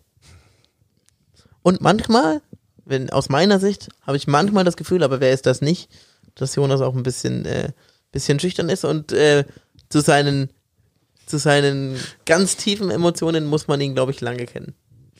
Und manchmal, wenn aus meiner Sicht, habe ich manchmal das Gefühl, aber wer ist das nicht, dass Jonas auch ein bisschen, äh, bisschen schüchtern ist und äh, zu seinen zu seinen ganz tiefen Emotionen muss man ihn, glaube ich, lange kennen.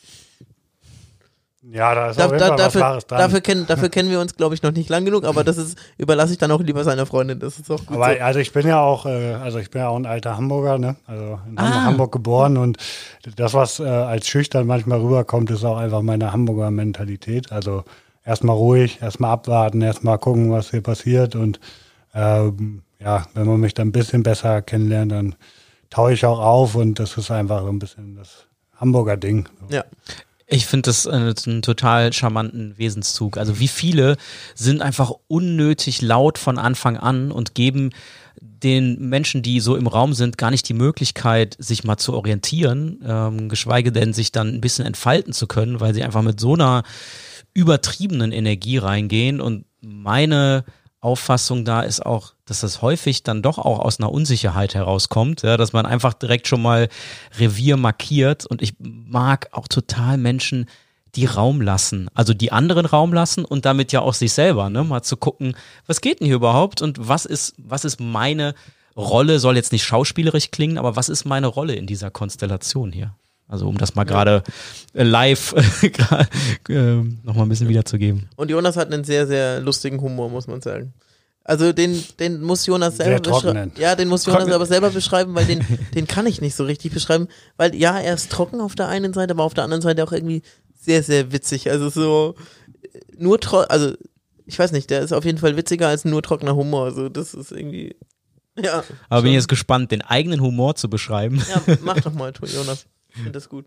Ja, da ist
da,
auf jeden
da,
Fall
dafür,
was Wahres dran.
Dafür kennen, dafür kennen wir uns, glaube ich, noch nicht lang genug, aber das ist, überlasse ich dann auch lieber seiner Freundin. Das ist auch gut
aber
so.
also ich bin ja auch, äh, also ich bin ja auch ein alter Hamburger, ne? Also in
Ah.
Hamburg geboren und das, was äh, als schüchtern manchmal rüberkommt, ist auch einfach meine Hamburger Mentalität. Also erstmal ruhig, erstmal abwarten, erstmal gucken, was hier passiert und ähm, ja, wenn man mich dann ein bisschen besser kennenlernt, dann taue ich auch auf und das ist einfach so ein bisschen das Hamburger Ding. So.
Ja.
Ich finde das einen, einen total charmanten Wesenszug. Also wie viele sind einfach unnötig laut von Anfang an und geben den Menschen, die so im Raum sind, gar nicht die Möglichkeit, sich mal zu orientieren, ähm, geschweige denn sich dann ein bisschen entfalten zu können, weil sie einfach mit so einer übertriebenen Energie reingehen. Und meine Auffassung da ist auch, dass das häufig dann doch auch aus einer Unsicherheit herauskommt, ja, dass man einfach direkt schon mal Revier markiert und ich mag auch total Menschen, die Raum lassen, also die anderen Raum lassen und damit ja auch sich selber, ne, mal zu gucken, was geht denn hier überhaupt und was ist, was ist meine Rolle, soll jetzt nicht schauspielerisch klingen, aber was ist meine Rolle in dieser Konstellation hier? Also um das mal gerade äh, live äh, nochmal ein bisschen wiederzugeben.
Und Jonas hat einen sehr, sehr lustigen Humor, muss man sagen. Also den, den muss Jonas selber beschreiben. Ja, den muss Jonas aber selber beschreiben, weil den, den kann ich nicht so richtig beschreiben. Weil ja, er ist trocken auf der einen Seite, aber auf der anderen Seite auch irgendwie sehr, sehr witzig. Also so nur trocken, also ich weiß nicht, der ist auf jeden Fall witziger als nur trockener Humor. Also das ist irgendwie, ja.
Aber schon. Bin ich jetzt gespannt, den eigenen Humor zu beschreiben.
Ja, mach doch mal, Jonas. Ich finde das gut.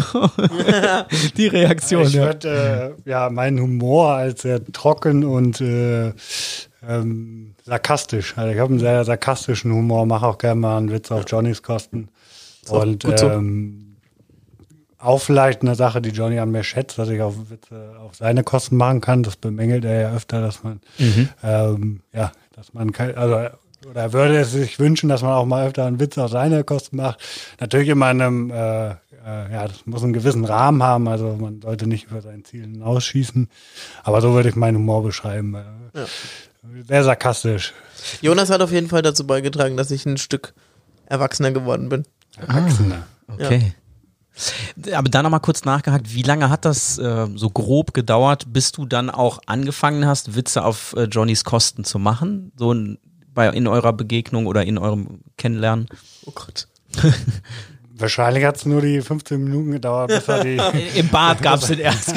Die Reaktion,
ich
ja.
Ich würde äh, ja meinen Humor als sehr trocken und äh, ähm, sarkastisch. Also ich habe einen sehr sarkastischen Humor, mache auch gerne mal einen Witz auf Johnnys Kosten.
So,
und
gut so.
ähm, auch vielleicht eine Sache, die Johnny an mir schätzt, dass ich auch Witze auf seine Kosten machen kann. Das bemängelt er ja öfter, dass man
Mhm.
ähm, ja, dass man kein, also oder er würde es sich wünschen, dass man auch mal öfter einen Witz auf seine Kosten macht. Natürlich immer in einem, äh, äh, ja, das muss einen gewissen Rahmen haben, also man sollte nicht über sein Ziel hinausschießen. Aber so würde ich meinen Humor beschreiben. Äh,
Ja.
Sehr sarkastisch.
Jonas hat auf jeden Fall dazu beigetragen, dass ich ein Stück erwachsener geworden bin.
Erwachsener.
Okay. Aber da nochmal kurz nachgehakt, wie lange hat das äh, so grob gedauert, bis du dann auch angefangen hast, Witze auf äh, Johnnys Kosten zu machen? So ein, bei, in eurer Begegnung oder in eurem Kennenlernen?
Oh Gott.
Wahrscheinlich hat es nur die fünfzehn Minuten gedauert, bis er die...
Im Bad gab es den erst.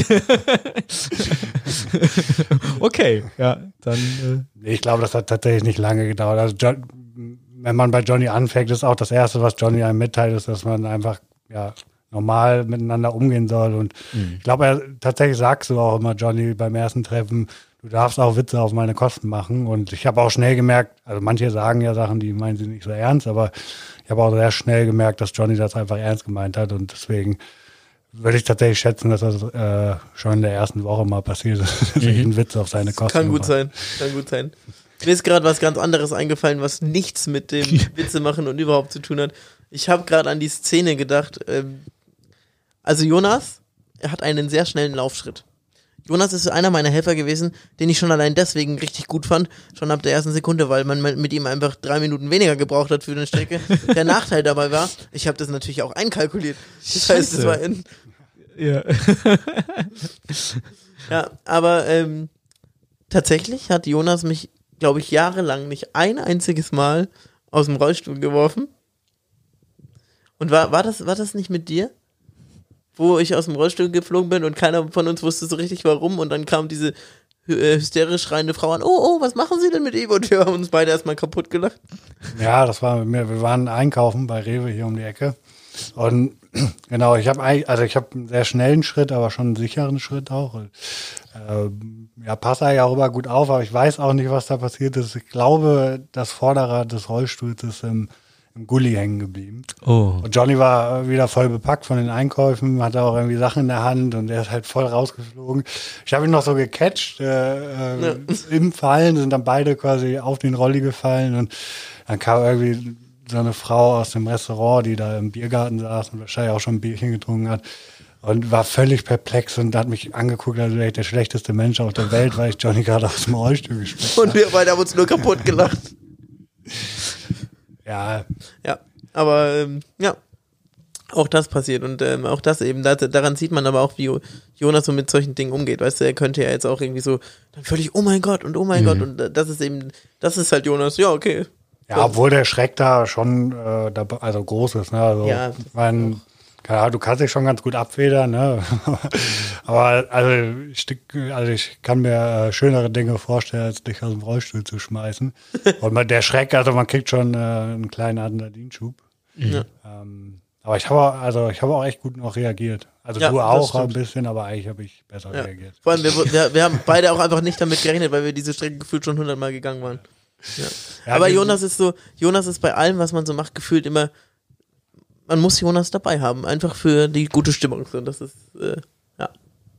Okay, ja, dann...
Äh ich glaube, das hat tatsächlich nicht lange gedauert. Also John, wenn man bei Johnny anfängt, ist auch das Erste, was Johnny einem mitteilt, ist, dass man einfach ja normal miteinander umgehen soll. Und mhm. ich glaube, er tatsächlich sagst du auch immer, Johnny, beim ersten Treffen, du darfst auch Witze auf meine Kosten machen. Und ich habe auch schnell gemerkt, also manche sagen ja Sachen, die meinen sie nicht so ernst, aber ich habe auch sehr schnell gemerkt, dass Johnny das einfach ernst gemeint hat. Und deswegen würde ich tatsächlich schätzen, dass das äh, schon in der ersten Woche mal passiert ist, dass mhm. ich einen Witz auf seine Kosten
Kann gut mache. sein, kann gut sein. Mir ist gerade was ganz anderes eingefallen, was nichts mit dem Witze machen und überhaupt zu tun hat. Ich habe gerade an die Szene gedacht. Ähm, also Jonas, er hat einen sehr schnellen Laufschritt. Jonas ist einer meiner Helfer gewesen, den ich schon allein deswegen richtig gut fand, schon ab der ersten Sekunde, weil man mit ihm einfach drei Minuten weniger gebraucht hat für eine Strecke. Der Nachteil dabei war, ich habe das natürlich auch einkalkuliert. Das heißt, es war in...
Ja,
ja aber ähm, tatsächlich hat Jonas mich, glaube ich, jahrelang nicht ein einziges Mal aus dem Rollstuhl geworfen. Und war, war, das, war das nicht mit dir? Wo ich aus dem Rollstuhl geflogen bin und keiner von uns wusste so richtig warum und dann kam diese äh, hysterisch schreiende Frau an, oh, oh, was machen Sie denn mit ihm? Und wir haben uns beide erstmal kaputt gelacht.
Ja, das war mit mir, wir waren einkaufen bei Rewe hier um die Ecke und genau, ich habe also ich habe einen sehr schnellen Schritt, aber schon einen sicheren Schritt auch. Und, äh, ja, passe eigentlich auch immer gut auf, aber ich weiß auch nicht, was da passiert ist. Ich glaube, das Vorderrad des Rollstuhls ist im im Gully hängen geblieben.
Oh.
Und Johnny war wieder voll bepackt von den Einkäufen, hatte auch irgendwie Sachen in der Hand und der ist halt voll rausgeflogen. Ich habe ihn noch so gecatcht, äh, ja. im Fallen, sind dann beide quasi auf den Rolli gefallen und dann kam irgendwie so eine Frau aus dem Restaurant, die da im Biergarten saß und wahrscheinlich auch schon ein Bierchen getrunken hat und war völlig perplex und hat mich angeguckt, als wäre ich der schlechteste Mensch auf der Welt, weil ich Johnny gerade aus dem Rollstuhl gespielt habe.
Und wir beide haben uns nur kaputt gelacht.
Ja.
Ja, aber ähm, ja, auch das passiert und ähm, auch das eben, da, daran sieht man aber auch, wie Jonas so mit solchen Dingen umgeht, weißt du, er könnte ja jetzt auch irgendwie so, dann völlig, oh mein Gott und oh mein mhm. Gott und das ist eben, das ist halt Jonas, ja, okay.
Ja, obwohl der Schreck da schon, äh, da, also groß ist, ne, also,
ja,
mein, ja, du kannst dich schon ganz gut abfedern, ne? Aber also ich, also ich kann mir äh, schönere Dinge vorstellen, als dich aus dem Rollstuhl zu schmeißen. Und man, der Schreck, also man kriegt schon äh, einen kleinen Adrenalinschub.
Ja.
Ähm, aber ich habe also ich habe auch echt gut noch reagiert. Also ja, du auch ein bisschen, aber eigentlich habe ich besser ja. reagiert.
Vor allem, wir, wir, wir haben beide auch einfach nicht damit gerechnet, weil wir diese Strecke gefühlt schon hundertmal gegangen waren. Ja. Ja, aber Jonas ist so, Jonas ist bei allem, was man so macht, gefühlt immer, man muss Jonas dabei haben, einfach für die gute Stimmung. So, das ist, äh, ja.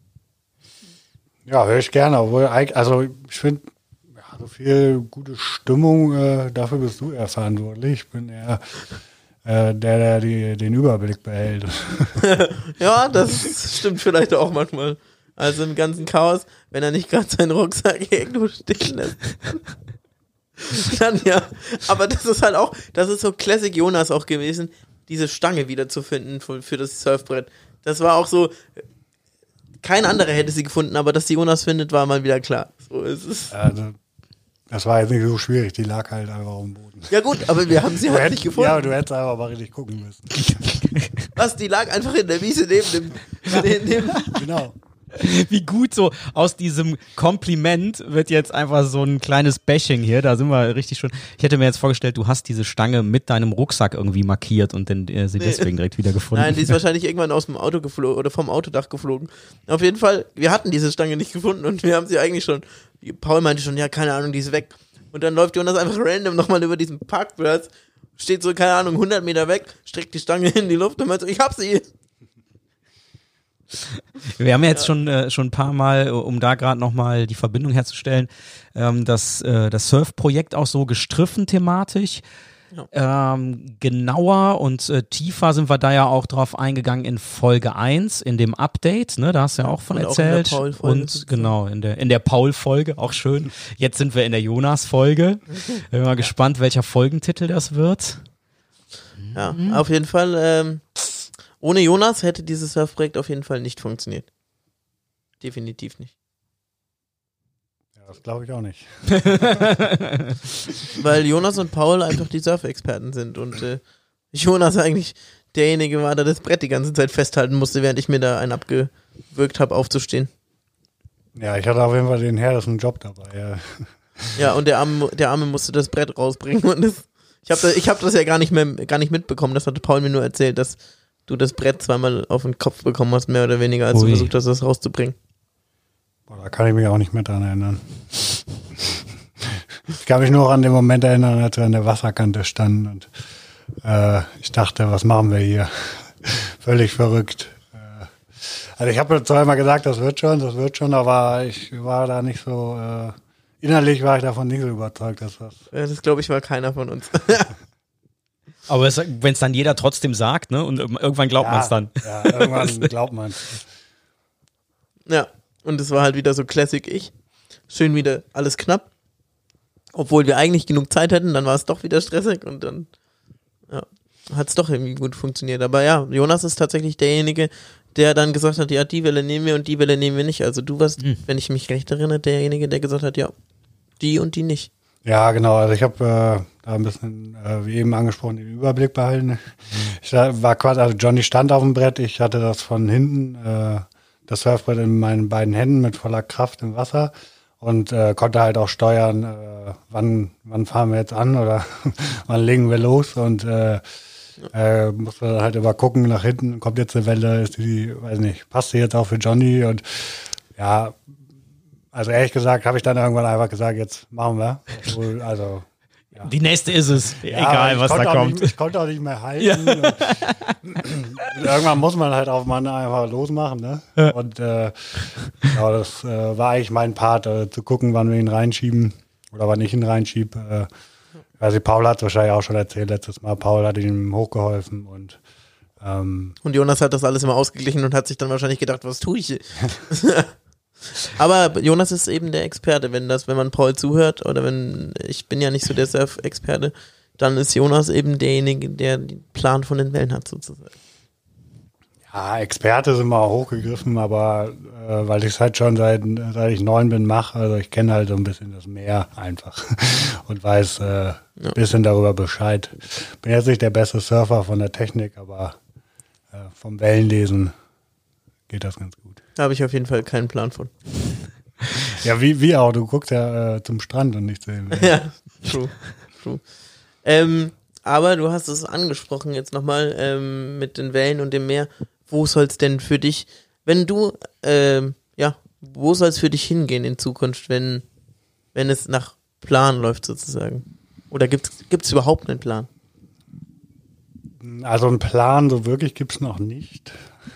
Ja, höre ich gerne. Obwohl, also ich finde, ja, so viel gute Stimmung, äh, dafür bist du eher verantwortlich. Ich bin eher äh, der, der die, den Überblick behält.
Ja, das stimmt vielleicht auch manchmal. Also im ganzen Chaos, wenn er nicht gerade seinen Rucksack irgendwo stehen lässt. Dann ja. Aber das ist halt auch, das ist so Classic Jonas auch gewesen, diese Stange wiederzufinden für, für das Surfbrett. Das war auch so, kein anderer hätte sie gefunden, aber dass die Jonas findet, war mal wieder klar. So ist es.
Also, das war jetzt nicht so schwierig, die lag halt einfach auf dem Boden.
Ja gut, aber wir haben sie
du
halt
hätt,
nicht gefunden.
Ja, du hättest einfach mal richtig gucken müssen.
Was, die lag einfach in der Wiese neben dem... Neben dem
genau.
Wie gut so aus diesem Kompliment wird jetzt einfach so ein kleines Bashing hier, da sind wir richtig schon. Ich hätte mir jetzt vorgestellt, du hast diese Stange mit deinem Rucksack irgendwie markiert und dann äh, sie nee. deswegen direkt wieder gefunden.
Nein, die ist wahrscheinlich irgendwann aus dem Auto geflogen oder vom Autodach geflogen. Auf jeden Fall, wir hatten diese Stange nicht gefunden und wir haben sie eigentlich schon, Paul meinte schon, ja, keine Ahnung, die ist weg. Und dann läuft Jonas einfach random nochmal über diesen Parkplatz, steht so, keine Ahnung, hundert Meter weg, streckt die Stange in die Luft und meint so, ich hab sie.
Wir haben ja jetzt ja. schon äh, schon ein paar Mal, um da gerade nochmal die Verbindung herzustellen, ähm, das, äh, das Surf-Projekt auch so gestriffen thematisch. Ja. Ähm, genauer und äh, tiefer sind wir da ja auch drauf eingegangen in Folge eins, in dem Update, ne, da hast du ja auch von und erzählt. Auch in der und genau, in der, in der Paul-Folge, auch schön. Jetzt sind wir in der Jonas-Folge. Bin mal gespannt, welcher Folgentitel das wird.
Ja, mhm. auf jeden Fall, ähm, ohne Jonas hätte dieses Surfprojekt auf jeden Fall nicht funktioniert. Definitiv nicht.
Ja, das glaube ich auch nicht.
Weil Jonas und Paul einfach die Surf-Experten sind und äh, Jonas eigentlich derjenige war, der das Brett die ganze Zeit festhalten musste, während ich mir da einen abgewürgt habe, aufzustehen.
Ja, ich hatte auf jeden Fall den härtesten Job dabei. Ja,
ja und der Arme, der Arme musste das Brett rausbringen. Und das, ich habe das, ich hab das ja gar nicht mehr gar nicht mitbekommen. Das hatte Paul mir nur erzählt, dass du das Brett zweimal auf den Kopf bekommen hast, mehr oder weniger, als Ui. du versucht hast, das rauszubringen.
Boah, da kann ich mich auch nicht mehr dran erinnern. Ich kann mich nur an den Moment erinnern, als wir an der Wasserkante standen und äh, ich dachte, was machen wir hier? Völlig verrückt. Äh, also ich habe zwar immer gesagt, das wird schon, das wird schon, aber ich war da nicht so, äh, innerlich war ich davon nicht so überzeugt, dass das...
Ja, das glaube ich war keiner von uns.
Aber wenn es dann jeder trotzdem sagt, ne, und irgendwann glaubt
ja,
man es dann.
Ja, irgendwann glaubt man es.
Ja, und es war halt wieder so Classic ich. Schön wieder alles knapp. Obwohl wir eigentlich genug Zeit hätten, dann war es doch wieder stressig und dann ja, hat es doch irgendwie gut funktioniert. Aber ja, Jonas ist tatsächlich derjenige, der dann gesagt hat, ja, die Welle nehmen wir und die Welle nehmen wir nicht. Also du warst, hm. wenn ich mich recht erinnere, derjenige, der gesagt hat, ja, die und die nicht.
Ja, genau. Also ich habe äh, da ein bisschen, äh, wie eben angesprochen, den Überblick behalten. Mhm. Ich war quasi, also Johnny stand auf dem Brett, ich hatte das von hinten, äh, das Surfbrett in meinen beiden Händen mit voller Kraft im Wasser und äh, konnte halt auch steuern, äh, wann, wann fahren wir jetzt an oder wann legen wir los und äh, äh, musste dann halt immer gucken nach hinten, kommt jetzt eine Welle, ist die, weiß nicht, passt die jetzt auch für Johnny und ja, also ehrlich gesagt habe ich dann irgendwann einfach gesagt, jetzt machen wir. Also, ja.
Die nächste ist es,
ja,
egal was da kommt.
Nicht, ich konnte auch nicht mehr halten. Ja. Und irgendwann muss man halt auch mal einfach losmachen. Ne? Ja. Und äh, ja, das äh, war eigentlich mein Part, äh, zu gucken, wann wir ihn reinschieben oder wann ich ihn reinschiebe. Äh, also Paul hat es wahrscheinlich auch schon erzählt letztes Mal. Paul hat ihm hochgeholfen und ähm,
und Jonas hat das alles immer ausgeglichen und hat sich dann wahrscheinlich gedacht, was tue ich hier? Aber Jonas ist eben der Experte, wenn das, wenn man Paul zuhört oder wenn, ich bin ja nicht so der Surf-Experte, dann ist Jonas eben derjenige, der den Plan von den Wellen hat sozusagen.
Ja, Experte sind mal hochgegriffen, aber äh, weil ich es halt schon seit, seit ich neun bin mache, also ich kenne halt so ein bisschen das Meer einfach und weiß äh, ja. ein bisschen darüber Bescheid. Bin jetzt nicht der beste Surfer von der Technik, aber äh, vom Wellenlesen geht das ganz gut.
Da habe ich auf jeden Fall keinen Plan von.
Ja, wie, wie auch. Du guckst ja äh, zum Strand und nicht zu den Wellen.
Ja, true. true. Ähm, aber du hast es angesprochen jetzt nochmal ähm, mit den Wellen und dem Meer. Wo soll es denn für dich, wenn du, ähm, ja, wo soll es für dich hingehen in Zukunft, wenn, wenn es nach Plan läuft sozusagen? Oder gibt es überhaupt einen Plan?
Also einen Plan so wirklich gibt es noch nicht.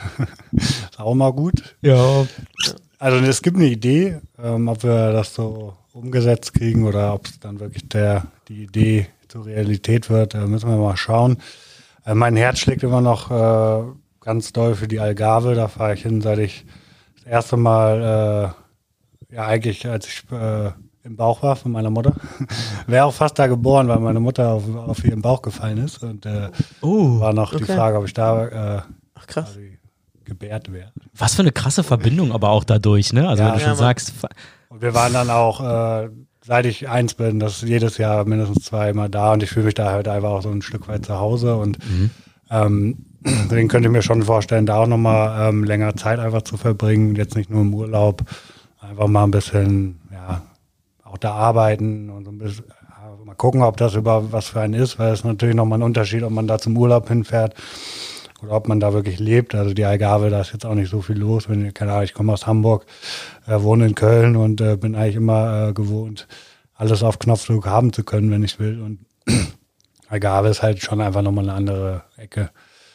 Ist auch mal gut.
Ja.
Also es gibt eine Idee, ähm, ob wir das so umgesetzt kriegen oder ob es dann wirklich der die Idee zur Realität wird, äh, müssen wir mal schauen. Äh, mein Herz schlägt immer noch äh, ganz doll für die Algarve. Da fahre ich hin, seit ich das erste Mal, äh, ja eigentlich als ich äh, im Bauch war von meiner Mutter. Wäre auch fast da geboren, weil meine Mutter auf, auf ihren Bauch gefallen ist. Und äh, uh, war noch okay. die Frage, ob ich da äh,
Ach, krass.
gebärt werde.
Was für eine krasse Verbindung aber auch dadurch, ne? Also
ja,
wenn du schon
ja,
sagst...
Und wir waren dann auch, äh, seit ich eins bin, das ist jedes Jahr mindestens zweimal da und ich fühle mich da halt einfach auch so ein Stück weit zu Hause und mhm. ähm, deswegen könnte ich mir schon vorstellen, da auch nochmal ähm, länger Zeit einfach zu verbringen, jetzt nicht nur im Urlaub, einfach mal ein bisschen, ja, auch da arbeiten und so ein bisschen, ja, mal gucken, ob das über was für einen ist, weil es ist natürlich nochmal ein Unterschied, ob man da zum Urlaub hinfährt oder ob man da wirklich lebt. Also die Algarve, da ist jetzt auch nicht so viel los. Wenn, keine Ahnung, ich komme aus Hamburg, äh, wohne in Köln und äh, bin eigentlich immer äh, gewohnt, alles auf Knopfdruck haben zu können, wenn ich will. Und Algarve ist halt schon einfach nochmal eine andere Ecke.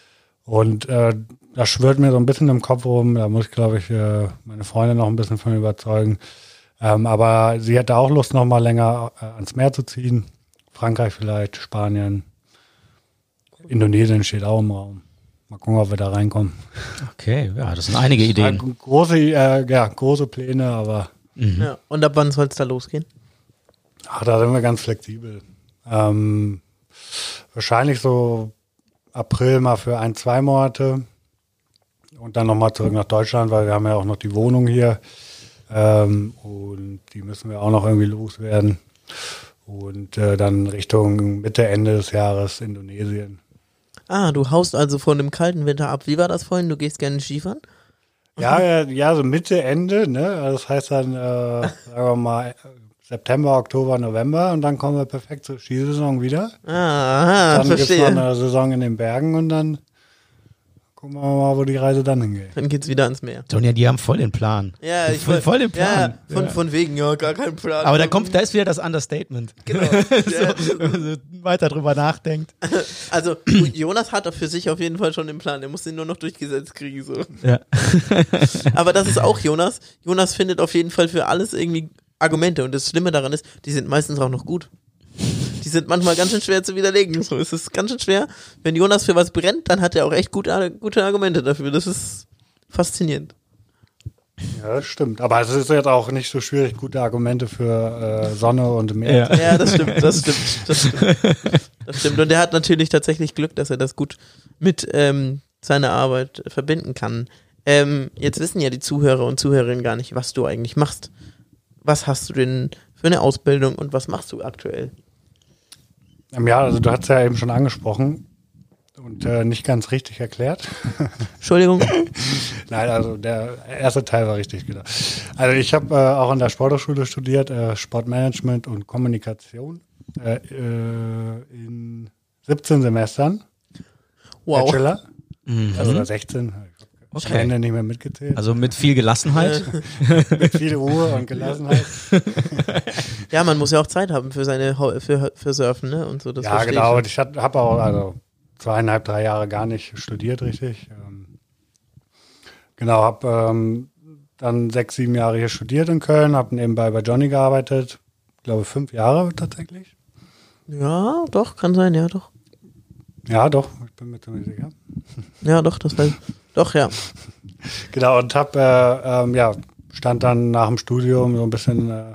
Und äh, das schwirrt mir so ein bisschen im Kopf rum. Da muss ich, glaube ich, äh, meine Freundin noch ein bisschen von überzeugen. Ähm, aber sie hätte auch Lust, nochmal länger äh, ans Meer zu ziehen. Frankreich vielleicht, Spanien, Indonesien steht auch im Raum. Mal gucken, ob wir da reinkommen.
Okay, ja, das sind einige Ideen.
Ja, große, äh, ja, große Pläne, aber...
Mhm. Ja, und ab wann soll es da losgehen?
Ach, da sind wir ganz flexibel. Ähm, wahrscheinlich so April mal für ein, zwei Monate und dann nochmal zurück nach Deutschland, weil wir haben ja auch noch die Wohnung hier ähm, und die müssen wir auch noch irgendwie loswerden. Und äh, dann Richtung Mitte, Ende des Jahres Indonesien.
Ah, du haust also von dem kalten Winter ab. Wie war das vorhin? Du gehst gerne Skifahren?
Ja, ja, ja, so Mitte, Ende, ne? Also das heißt dann, äh, sagen wir mal, September, Oktober, November und dann kommen wir perfekt zur Skisaison wieder.
Ah,
dann
verstehe.
Dann gibt es noch eine Saison in den Bergen und dann gucken wir mal, wo die Reise dann hingeht.
Dann geht's wieder ans Meer.
Sonja, die haben voll den Plan.
Ja, ich
voll, voll den Plan.
Ja, von,
Ja.
von wegen, ja, gar kein Plan.
Aber da kommt, da ist wieder das Understatement.
Genau. Ja.
so, wenn man so weiter drüber nachdenkt.
Also, Jonas hat für sich auf jeden Fall schon den Plan. Er muss ihn nur noch durchgesetzt kriegen, so.
Ja.
Aber das ist auch Jonas. Jonas findet auf jeden Fall für alles irgendwie Argumente. Und das Schlimme daran ist, die sind meistens auch noch gut. Die sind manchmal ganz schön schwer zu widerlegen. So, es ist ganz schön schwer. Wenn Jonas für was brennt, dann hat er auch echt gute, gute Argumente dafür. Das ist faszinierend.
Ja, das stimmt. Aber es ist jetzt auch nicht so schwierig, gute Argumente für äh, Sonne und Meer.
Ja.
Ja, das stimmt, das stimmt, das stimmt. Das stimmt. Und er hat natürlich tatsächlich Glück, dass er das gut mit ähm, seiner Arbeit verbinden kann. Ähm, jetzt wissen ja die Zuhörer und Zuhörerinnen gar nicht, was du eigentlich machst. Was hast du denn für eine Ausbildung und was machst du aktuell?
Ja, also du hast es ja eben schon angesprochen und äh, nicht ganz richtig erklärt.
Entschuldigung.
Nein, also der erste Teil war richtig, genau. Also ich habe äh, auch an der Sporthochschule studiert, äh, Sportmanagement und Kommunikation äh, äh, in siebzehn Semestern.
Wow.
Bachelor,
Mhm.
also oder sechzehn. Ich habe
Okay.
Ende nicht mehr mitgezählt.
Also mit viel Gelassenheit.
Mit viel Ruhe und Gelassenheit.
Ja, man muss ja auch Zeit haben für seine Ho- für, für Surfen, ne? Und so. Das
ja,
verstehe
genau.
ich.
Und ich habe auch also zweieinhalb, drei Jahre gar nicht studiert, richtig. Ähm, genau, habe ähm, dann sechs, sieben Jahre hier studiert in Köln, habe nebenbei bei Johnny gearbeitet. Ich glaube, fünf Jahre tatsächlich.
Ja, doch, kann sein, ja, doch.
Ja, doch, ich bin mir ziemlich sicher.
Ja, doch, das weiß Doch, ja.
Genau, und habe, äh, ähm, ja, stand dann nach dem Studium so ein bisschen, äh,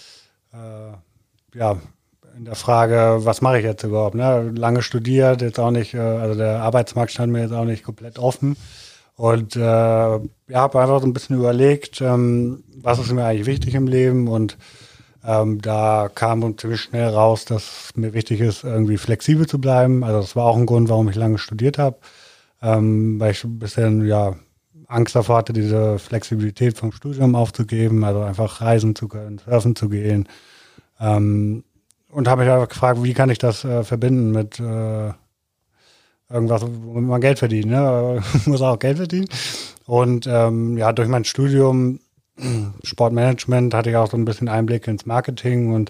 äh, ja, in der Frage, was mache ich jetzt überhaupt? Ne? Lange studiert, jetzt auch nicht, äh, also der Arbeitsmarkt stand mir jetzt auch nicht komplett offen. Und äh, ja, habe einfach so ein bisschen überlegt, ähm, was ist mir eigentlich wichtig im Leben. Und ähm, da kam ziemlich schnell raus, dass mir wichtig ist, irgendwie flexibel zu bleiben. Also das war auch ein Grund, warum ich lange studiert habe. Ähm, weil ich ein bisschen, ja, Angst davor hatte, diese Flexibilität vom Studium aufzugeben, also einfach reisen zu können, surfen zu gehen. Ähm, und habe mich einfach gefragt, wie kann ich das äh, verbinden mit äh, irgendwas, womit man Geld verdient, ne? Muss auch Geld verdienen. Und ähm, ja, durch mein Studium Sportmanagement hatte ich auch so ein bisschen Einblick ins Marketing und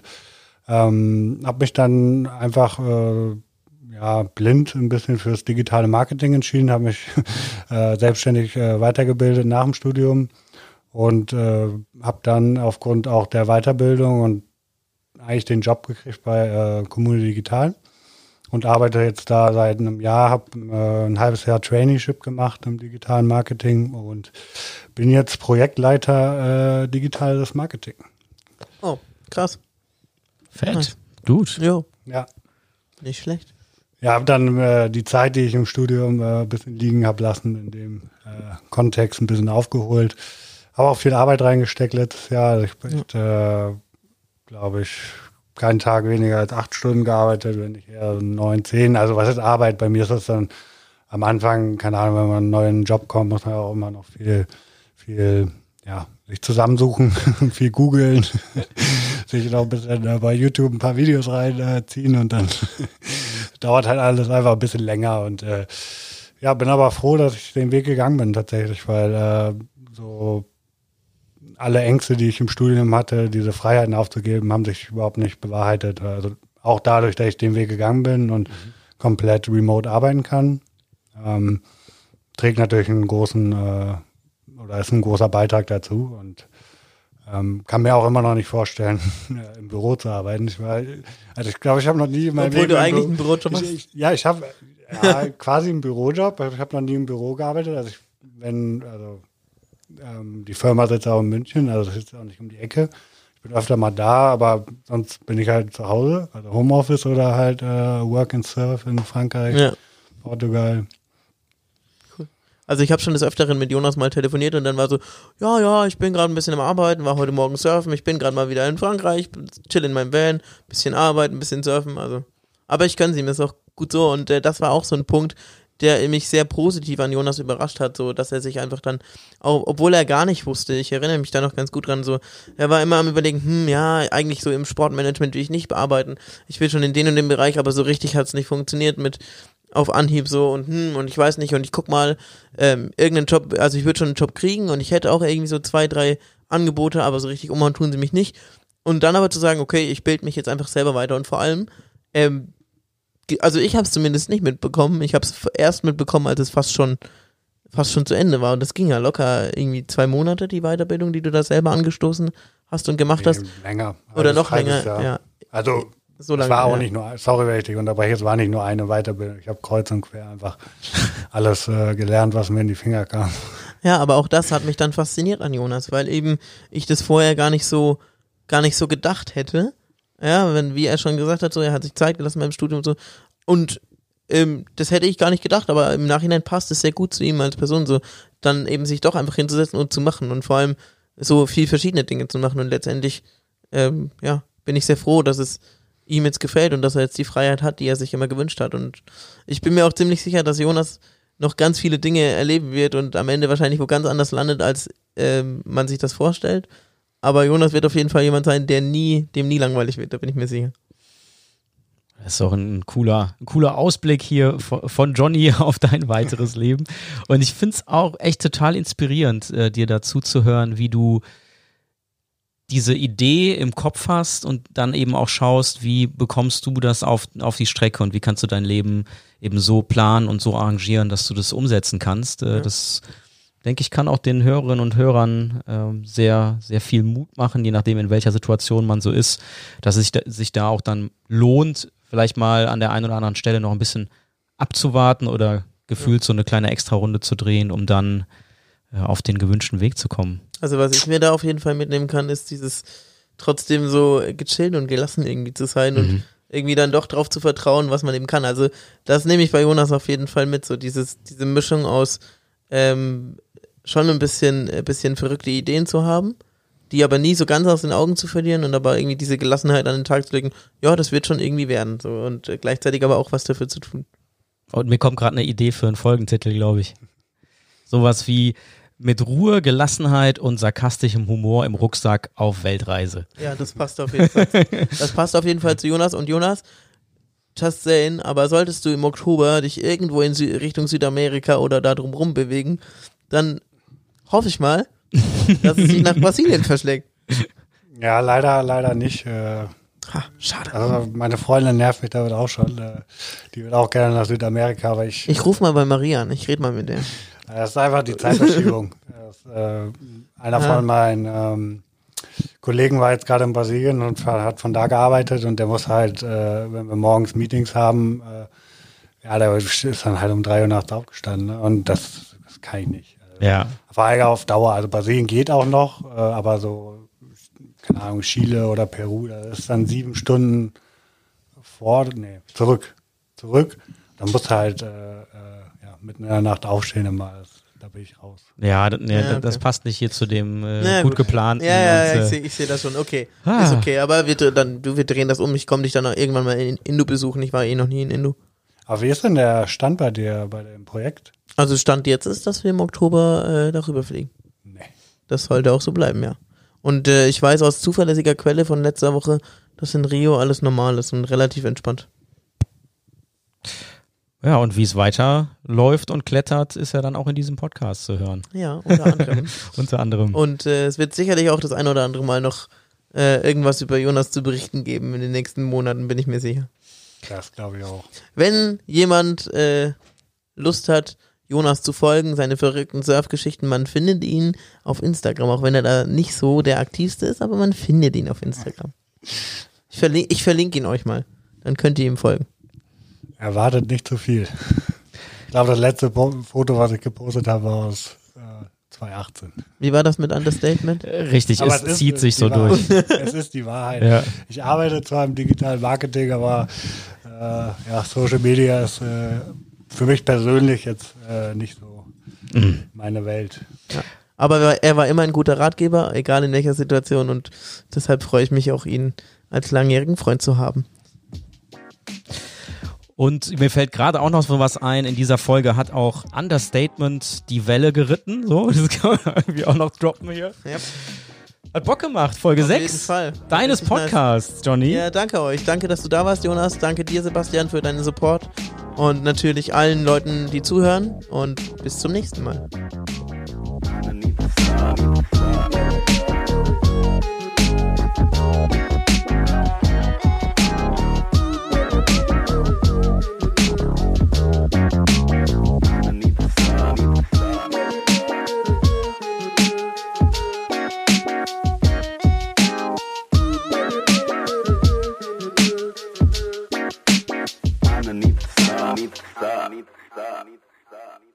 ähm, habe mich dann einfach äh, ja, blind ein bisschen fürs digitale Marketing entschieden, habe mich äh, selbstständig äh, weitergebildet nach dem Studium und äh, habe dann aufgrund auch der Weiterbildung und eigentlich den Job gekriegt bei äh, Kommune Digital und arbeite jetzt da seit einem Jahr, habe äh, ein halbes Jahr Traineeship gemacht im digitalen Marketing und bin jetzt Projektleiter äh, digitales Marketing.
Oh, krass.
Fett.
Nice.
Gut.
Jo,
Ja.
nicht schlecht.
Ja, habe dann äh, die Zeit, die ich im Studium äh, ein bisschen liegen habe lassen, in dem äh, Kontext ein bisschen aufgeholt. Habe auch viel Arbeit reingesteckt letztes Jahr. Also ich habe echt, äh, glaube ich, keinen Tag weniger als acht Stunden gearbeitet, wenn nicht eher neun, zehn. Also was ist Arbeit? Bei mir ist das dann am Anfang, keine Ahnung, wenn man einen neuen Job kommt, muss man auch immer noch viel, viel, ja, sich zusammensuchen, viel googeln, sich noch ein bisschen äh, bei YouTube ein paar Videos reinziehen äh, und dann dauert halt alles einfach ein bisschen länger und äh, ja, bin aber froh, dass ich den Weg gegangen bin tatsächlich, weil äh, so alle Ängste, die ich im Studium hatte, diese Freiheiten aufzugeben, haben sich überhaupt nicht bewahrheitet. Also auch dadurch, dass ich den Weg gegangen bin und mhm. komplett remote arbeiten kann, ähm, trägt natürlich einen großen äh, oder ist ein großer Beitrag dazu und ähm, kann mir auch immer noch nicht vorstellen, im Büro zu arbeiten. Ich war, also ich glaube, ich habe noch nie in meinem
Obwohl
Leben
du eigentlich
Bü-
einen Bürojob hast?
Ich, ich, ja, ich habe ja, quasi einen Bürojob. Ich habe noch nie im Büro gearbeitet. Also ich, wenn, also ähm, die Firma sitzt auch in München, also das ist auch nicht um die Ecke. Ich bin öfter mal da, aber sonst bin ich halt zu Hause, also Homeoffice oder halt äh, Work and Surf in Frankreich,
Ja.
Portugal.
Also ich habe schon des Öfteren mit Jonas mal telefoniert und dann war so, ja, ja, ich bin gerade ein bisschen am Arbeiten, war heute Morgen surfen, ich bin gerade mal wieder in Frankreich, chill in meinem Van, bisschen arbeiten, bisschen surfen, also. Aber ich kann sie, mir ist auch gut so. Und äh, das war auch so ein Punkt, der mich sehr positiv an Jonas überrascht hat, so dass er sich einfach dann, auch, obwohl er gar nicht wusste, ich erinnere mich da noch ganz gut dran, so, er war immer am Überlegen, hm, ja, eigentlich so im Sportmanagement will ich nicht bearbeiten, ich will schon in den und dem Bereich, aber so richtig hat es nicht funktioniert mit auf Anhieb so und hm, und ich weiß nicht und ich guck mal, ähm, irgendeinen Job, also ich würde schon einen Job kriegen und ich hätte auch irgendwie so zwei, drei Angebote, aber so richtig umhauen tun sie mich nicht. Und dann aber zu sagen, okay, ich bilde mich jetzt einfach selber weiter und vor allem, ähm, also ich habe es zumindest nicht mitbekommen. Ich habe es erst mitbekommen, als es fast schon fast schon zu Ende war. Und das ging ja locker irgendwie zwei Monate, die Weiterbildung, die du da selber angestoßen hast und gemacht
nee,
hast.
Länger.
Oder noch länger.
Jahr.
Ja.
Also
so lange,
es war auch
ja.
nicht nur, sorry, wenn ich dich unterbreche, es war nicht nur eine Weiterbildung. Ich habe kreuz und quer einfach alles äh, gelernt, was mir in die Finger kam.
Ja, aber auch das hat mich dann fasziniert an Jonas, weil eben ich das vorher gar nicht so gar nicht so gedacht hätte. Ja, wenn, wie er schon gesagt hat, so, er hat sich Zeit gelassen beim Studium und so. Und ähm, das hätte ich gar nicht gedacht, aber im Nachhinein passt es sehr gut zu ihm als Person, so dann eben sich doch einfach hinzusetzen und zu machen und vor allem so viel verschiedene Dinge zu machen. Und letztendlich, ähm, ja, bin ich sehr froh, dass es ihm jetzt gefällt und dass er jetzt die Freiheit hat, die er sich immer gewünscht hat. Und ich bin mir auch ziemlich sicher, dass Jonas noch ganz viele Dinge erleben wird und am Ende wahrscheinlich wo ganz anders landet, als ähm, man sich das vorstellt. Aber Jonas wird auf jeden Fall jemand sein, der nie, dem nie langweilig wird, da bin ich mir sicher.
Das ist auch ein cooler, ein cooler Ausblick hier von Johnny auf dein weiteres Leben. Und ich finde es auch echt total inspirierend, äh, dir dazu zu hören, wie du diese Idee im Kopf hast und dann eben auch schaust, wie bekommst du das auf, auf die Strecke und wie kannst du dein Leben eben so planen und so arrangieren, dass du das umsetzen kannst. Äh,
ja.
Das denke ich, kann auch den Hörerinnen und Hörern ähm, sehr, sehr viel Mut machen, je nachdem, in welcher Situation man so ist, dass es sich da, sich da auch dann lohnt, vielleicht mal an der einen oder anderen Stelle noch ein bisschen abzuwarten oder gefühlt so eine kleine Extra-Runde zu drehen, um dann äh, auf den gewünschten Weg zu kommen.
Also was ich mir da auf jeden Fall mitnehmen kann, ist dieses trotzdem so gechillt und gelassen irgendwie zu sein mhm. und irgendwie dann doch drauf zu vertrauen, was man eben kann. Also das nehme ich bei Jonas auf jeden Fall mit, so dieses diese Mischung aus ähm, schon ein bisschen, ein bisschen verrückte Ideen zu haben, die aber nie so ganz aus den Augen zu verlieren und aber irgendwie diese Gelassenheit an den Tag zu legen, ja, das wird schon irgendwie werden, so und äh, gleichzeitig aber auch was dafür zu tun.
Und mir kommt gerade eine Idee für einen Folgentitel, glaube ich. Sowas wie mit Ruhe, Gelassenheit und sarkastischem Humor im Rucksack auf Weltreise.
Ja, das passt auf jeden Fall. Das passt auf jeden Fall zu Jonas und Jonas, just saying, aber solltest du im Oktober dich irgendwo in Sü- Richtung Südamerika oder da drumrum bewegen, dann hoffe ich mal, dass es sich nach Brasilien verschlägt.
Ja, leider, leider nicht. Äh,
ha, schade.
Also meine Freundin nervt mich damit auch schon. Äh, die will auch gerne nach Südamerika, aber ich...
Ich rufe mal bei Maria an, ich rede mal mit der.
Das ist einfach die Zeitverschiebung. das, äh, einer
Ja.
von meinen ähm, Kollegen war jetzt gerade in Brasilien und hat von da gearbeitet und der muss halt, äh, wenn wir morgens Meetings haben, äh, ja, der ist dann halt um drei Uhr nachts aufgestanden. Ne? Und das, das kann ich nicht. Also,
Ja.
vor allem auf Dauer. Also Brasilien geht auch noch, äh, aber so, keine Ahnung, Chile oder Peru, das ist dann sieben Stunden vor, nee, zurück. Zurück. Dann musst du halt äh, äh, ja, mitten in der Nacht aufstehen immer. Das, da bin ich raus.
Ja, d- nee,
Ja,
d-
okay.
das passt nicht hier zu dem äh,
Ja,
gut
gut.
geplanten.
Ja, ja, ja,
und,
ich
äh,
sehe ich seh das schon. Okay,
Ah.
ist okay. Aber wir, dr- dann, du, wir drehen das um. Ich komme dich dann auch irgendwann mal in Indu besuchen. Ich war eh noch nie in Indu.
Aber wie ist denn der Stand bei dir bei dem Projekt?
Also Stand jetzt ist, dass wir im Oktober äh, darüber fliegen.
Nee.
Das sollte auch so bleiben, ja. Und äh, ich weiß aus zuverlässiger Quelle von letzter Woche, dass in Rio alles normal ist und relativ entspannt.
Ja, und wie es weiter läuft und klettert, ist ja dann auch in diesem Podcast zu hören.
Ja, unter anderem.
Unter anderem.
Und äh, es wird sicherlich auch das ein oder andere Mal noch äh, irgendwas über Jonas zu berichten geben in den nächsten Monaten, bin ich mir sicher.
Das glaube ich auch.
Wenn jemand äh, Lust hat, Jonas zu folgen, seine verrückten Surfgeschichten, man findet ihn auf Instagram, auch wenn er da nicht so der aktivste ist, aber man findet ihn auf Instagram. Ich, verlin- ich verlinke ihn euch mal, dann könnt ihr ihm folgen.
Erwartet nicht zu viel. Ich glaube, das letzte Po- Foto, was ich gepostet habe, war aus äh, zwanzig achtzehn.
Wie war das mit Understatement?
Äh, Richtig,
Aber
es,
ist-
zieht
ist
sich
die
so
Wahrheit.
durch.
Es ist die Wahrheit.
Ja.
Ich arbeite zwar im digitalen Marketing, aber äh, ja, Social Media ist äh, für mich persönlich jetzt äh, nicht so
Mhm.
meine Welt.
Aber er war- er war immer ein guter Ratgeber, egal in welcher Situation, und deshalb freue ich mich auch, ihn als langjährigen Freund zu haben.
Und mir fällt gerade auch noch so was ein, in dieser Folge hat auch Understatement die Welle geritten. So, das kann man irgendwie auch noch droppen hier.
Ja.
Hat Bock gemacht, Folge
Auf
sechs.
jeden Fall.
Deines
Richtig
Podcasts, Johnny.
Ja, danke euch. Danke, dass du da warst, Jonas. Danke dir, Sebastian, für deinen Support. Und natürlich allen Leuten, die zuhören. Und bis zum nächsten Mal.
Underneath the star, underneath the star, underneath the star, underneath the star.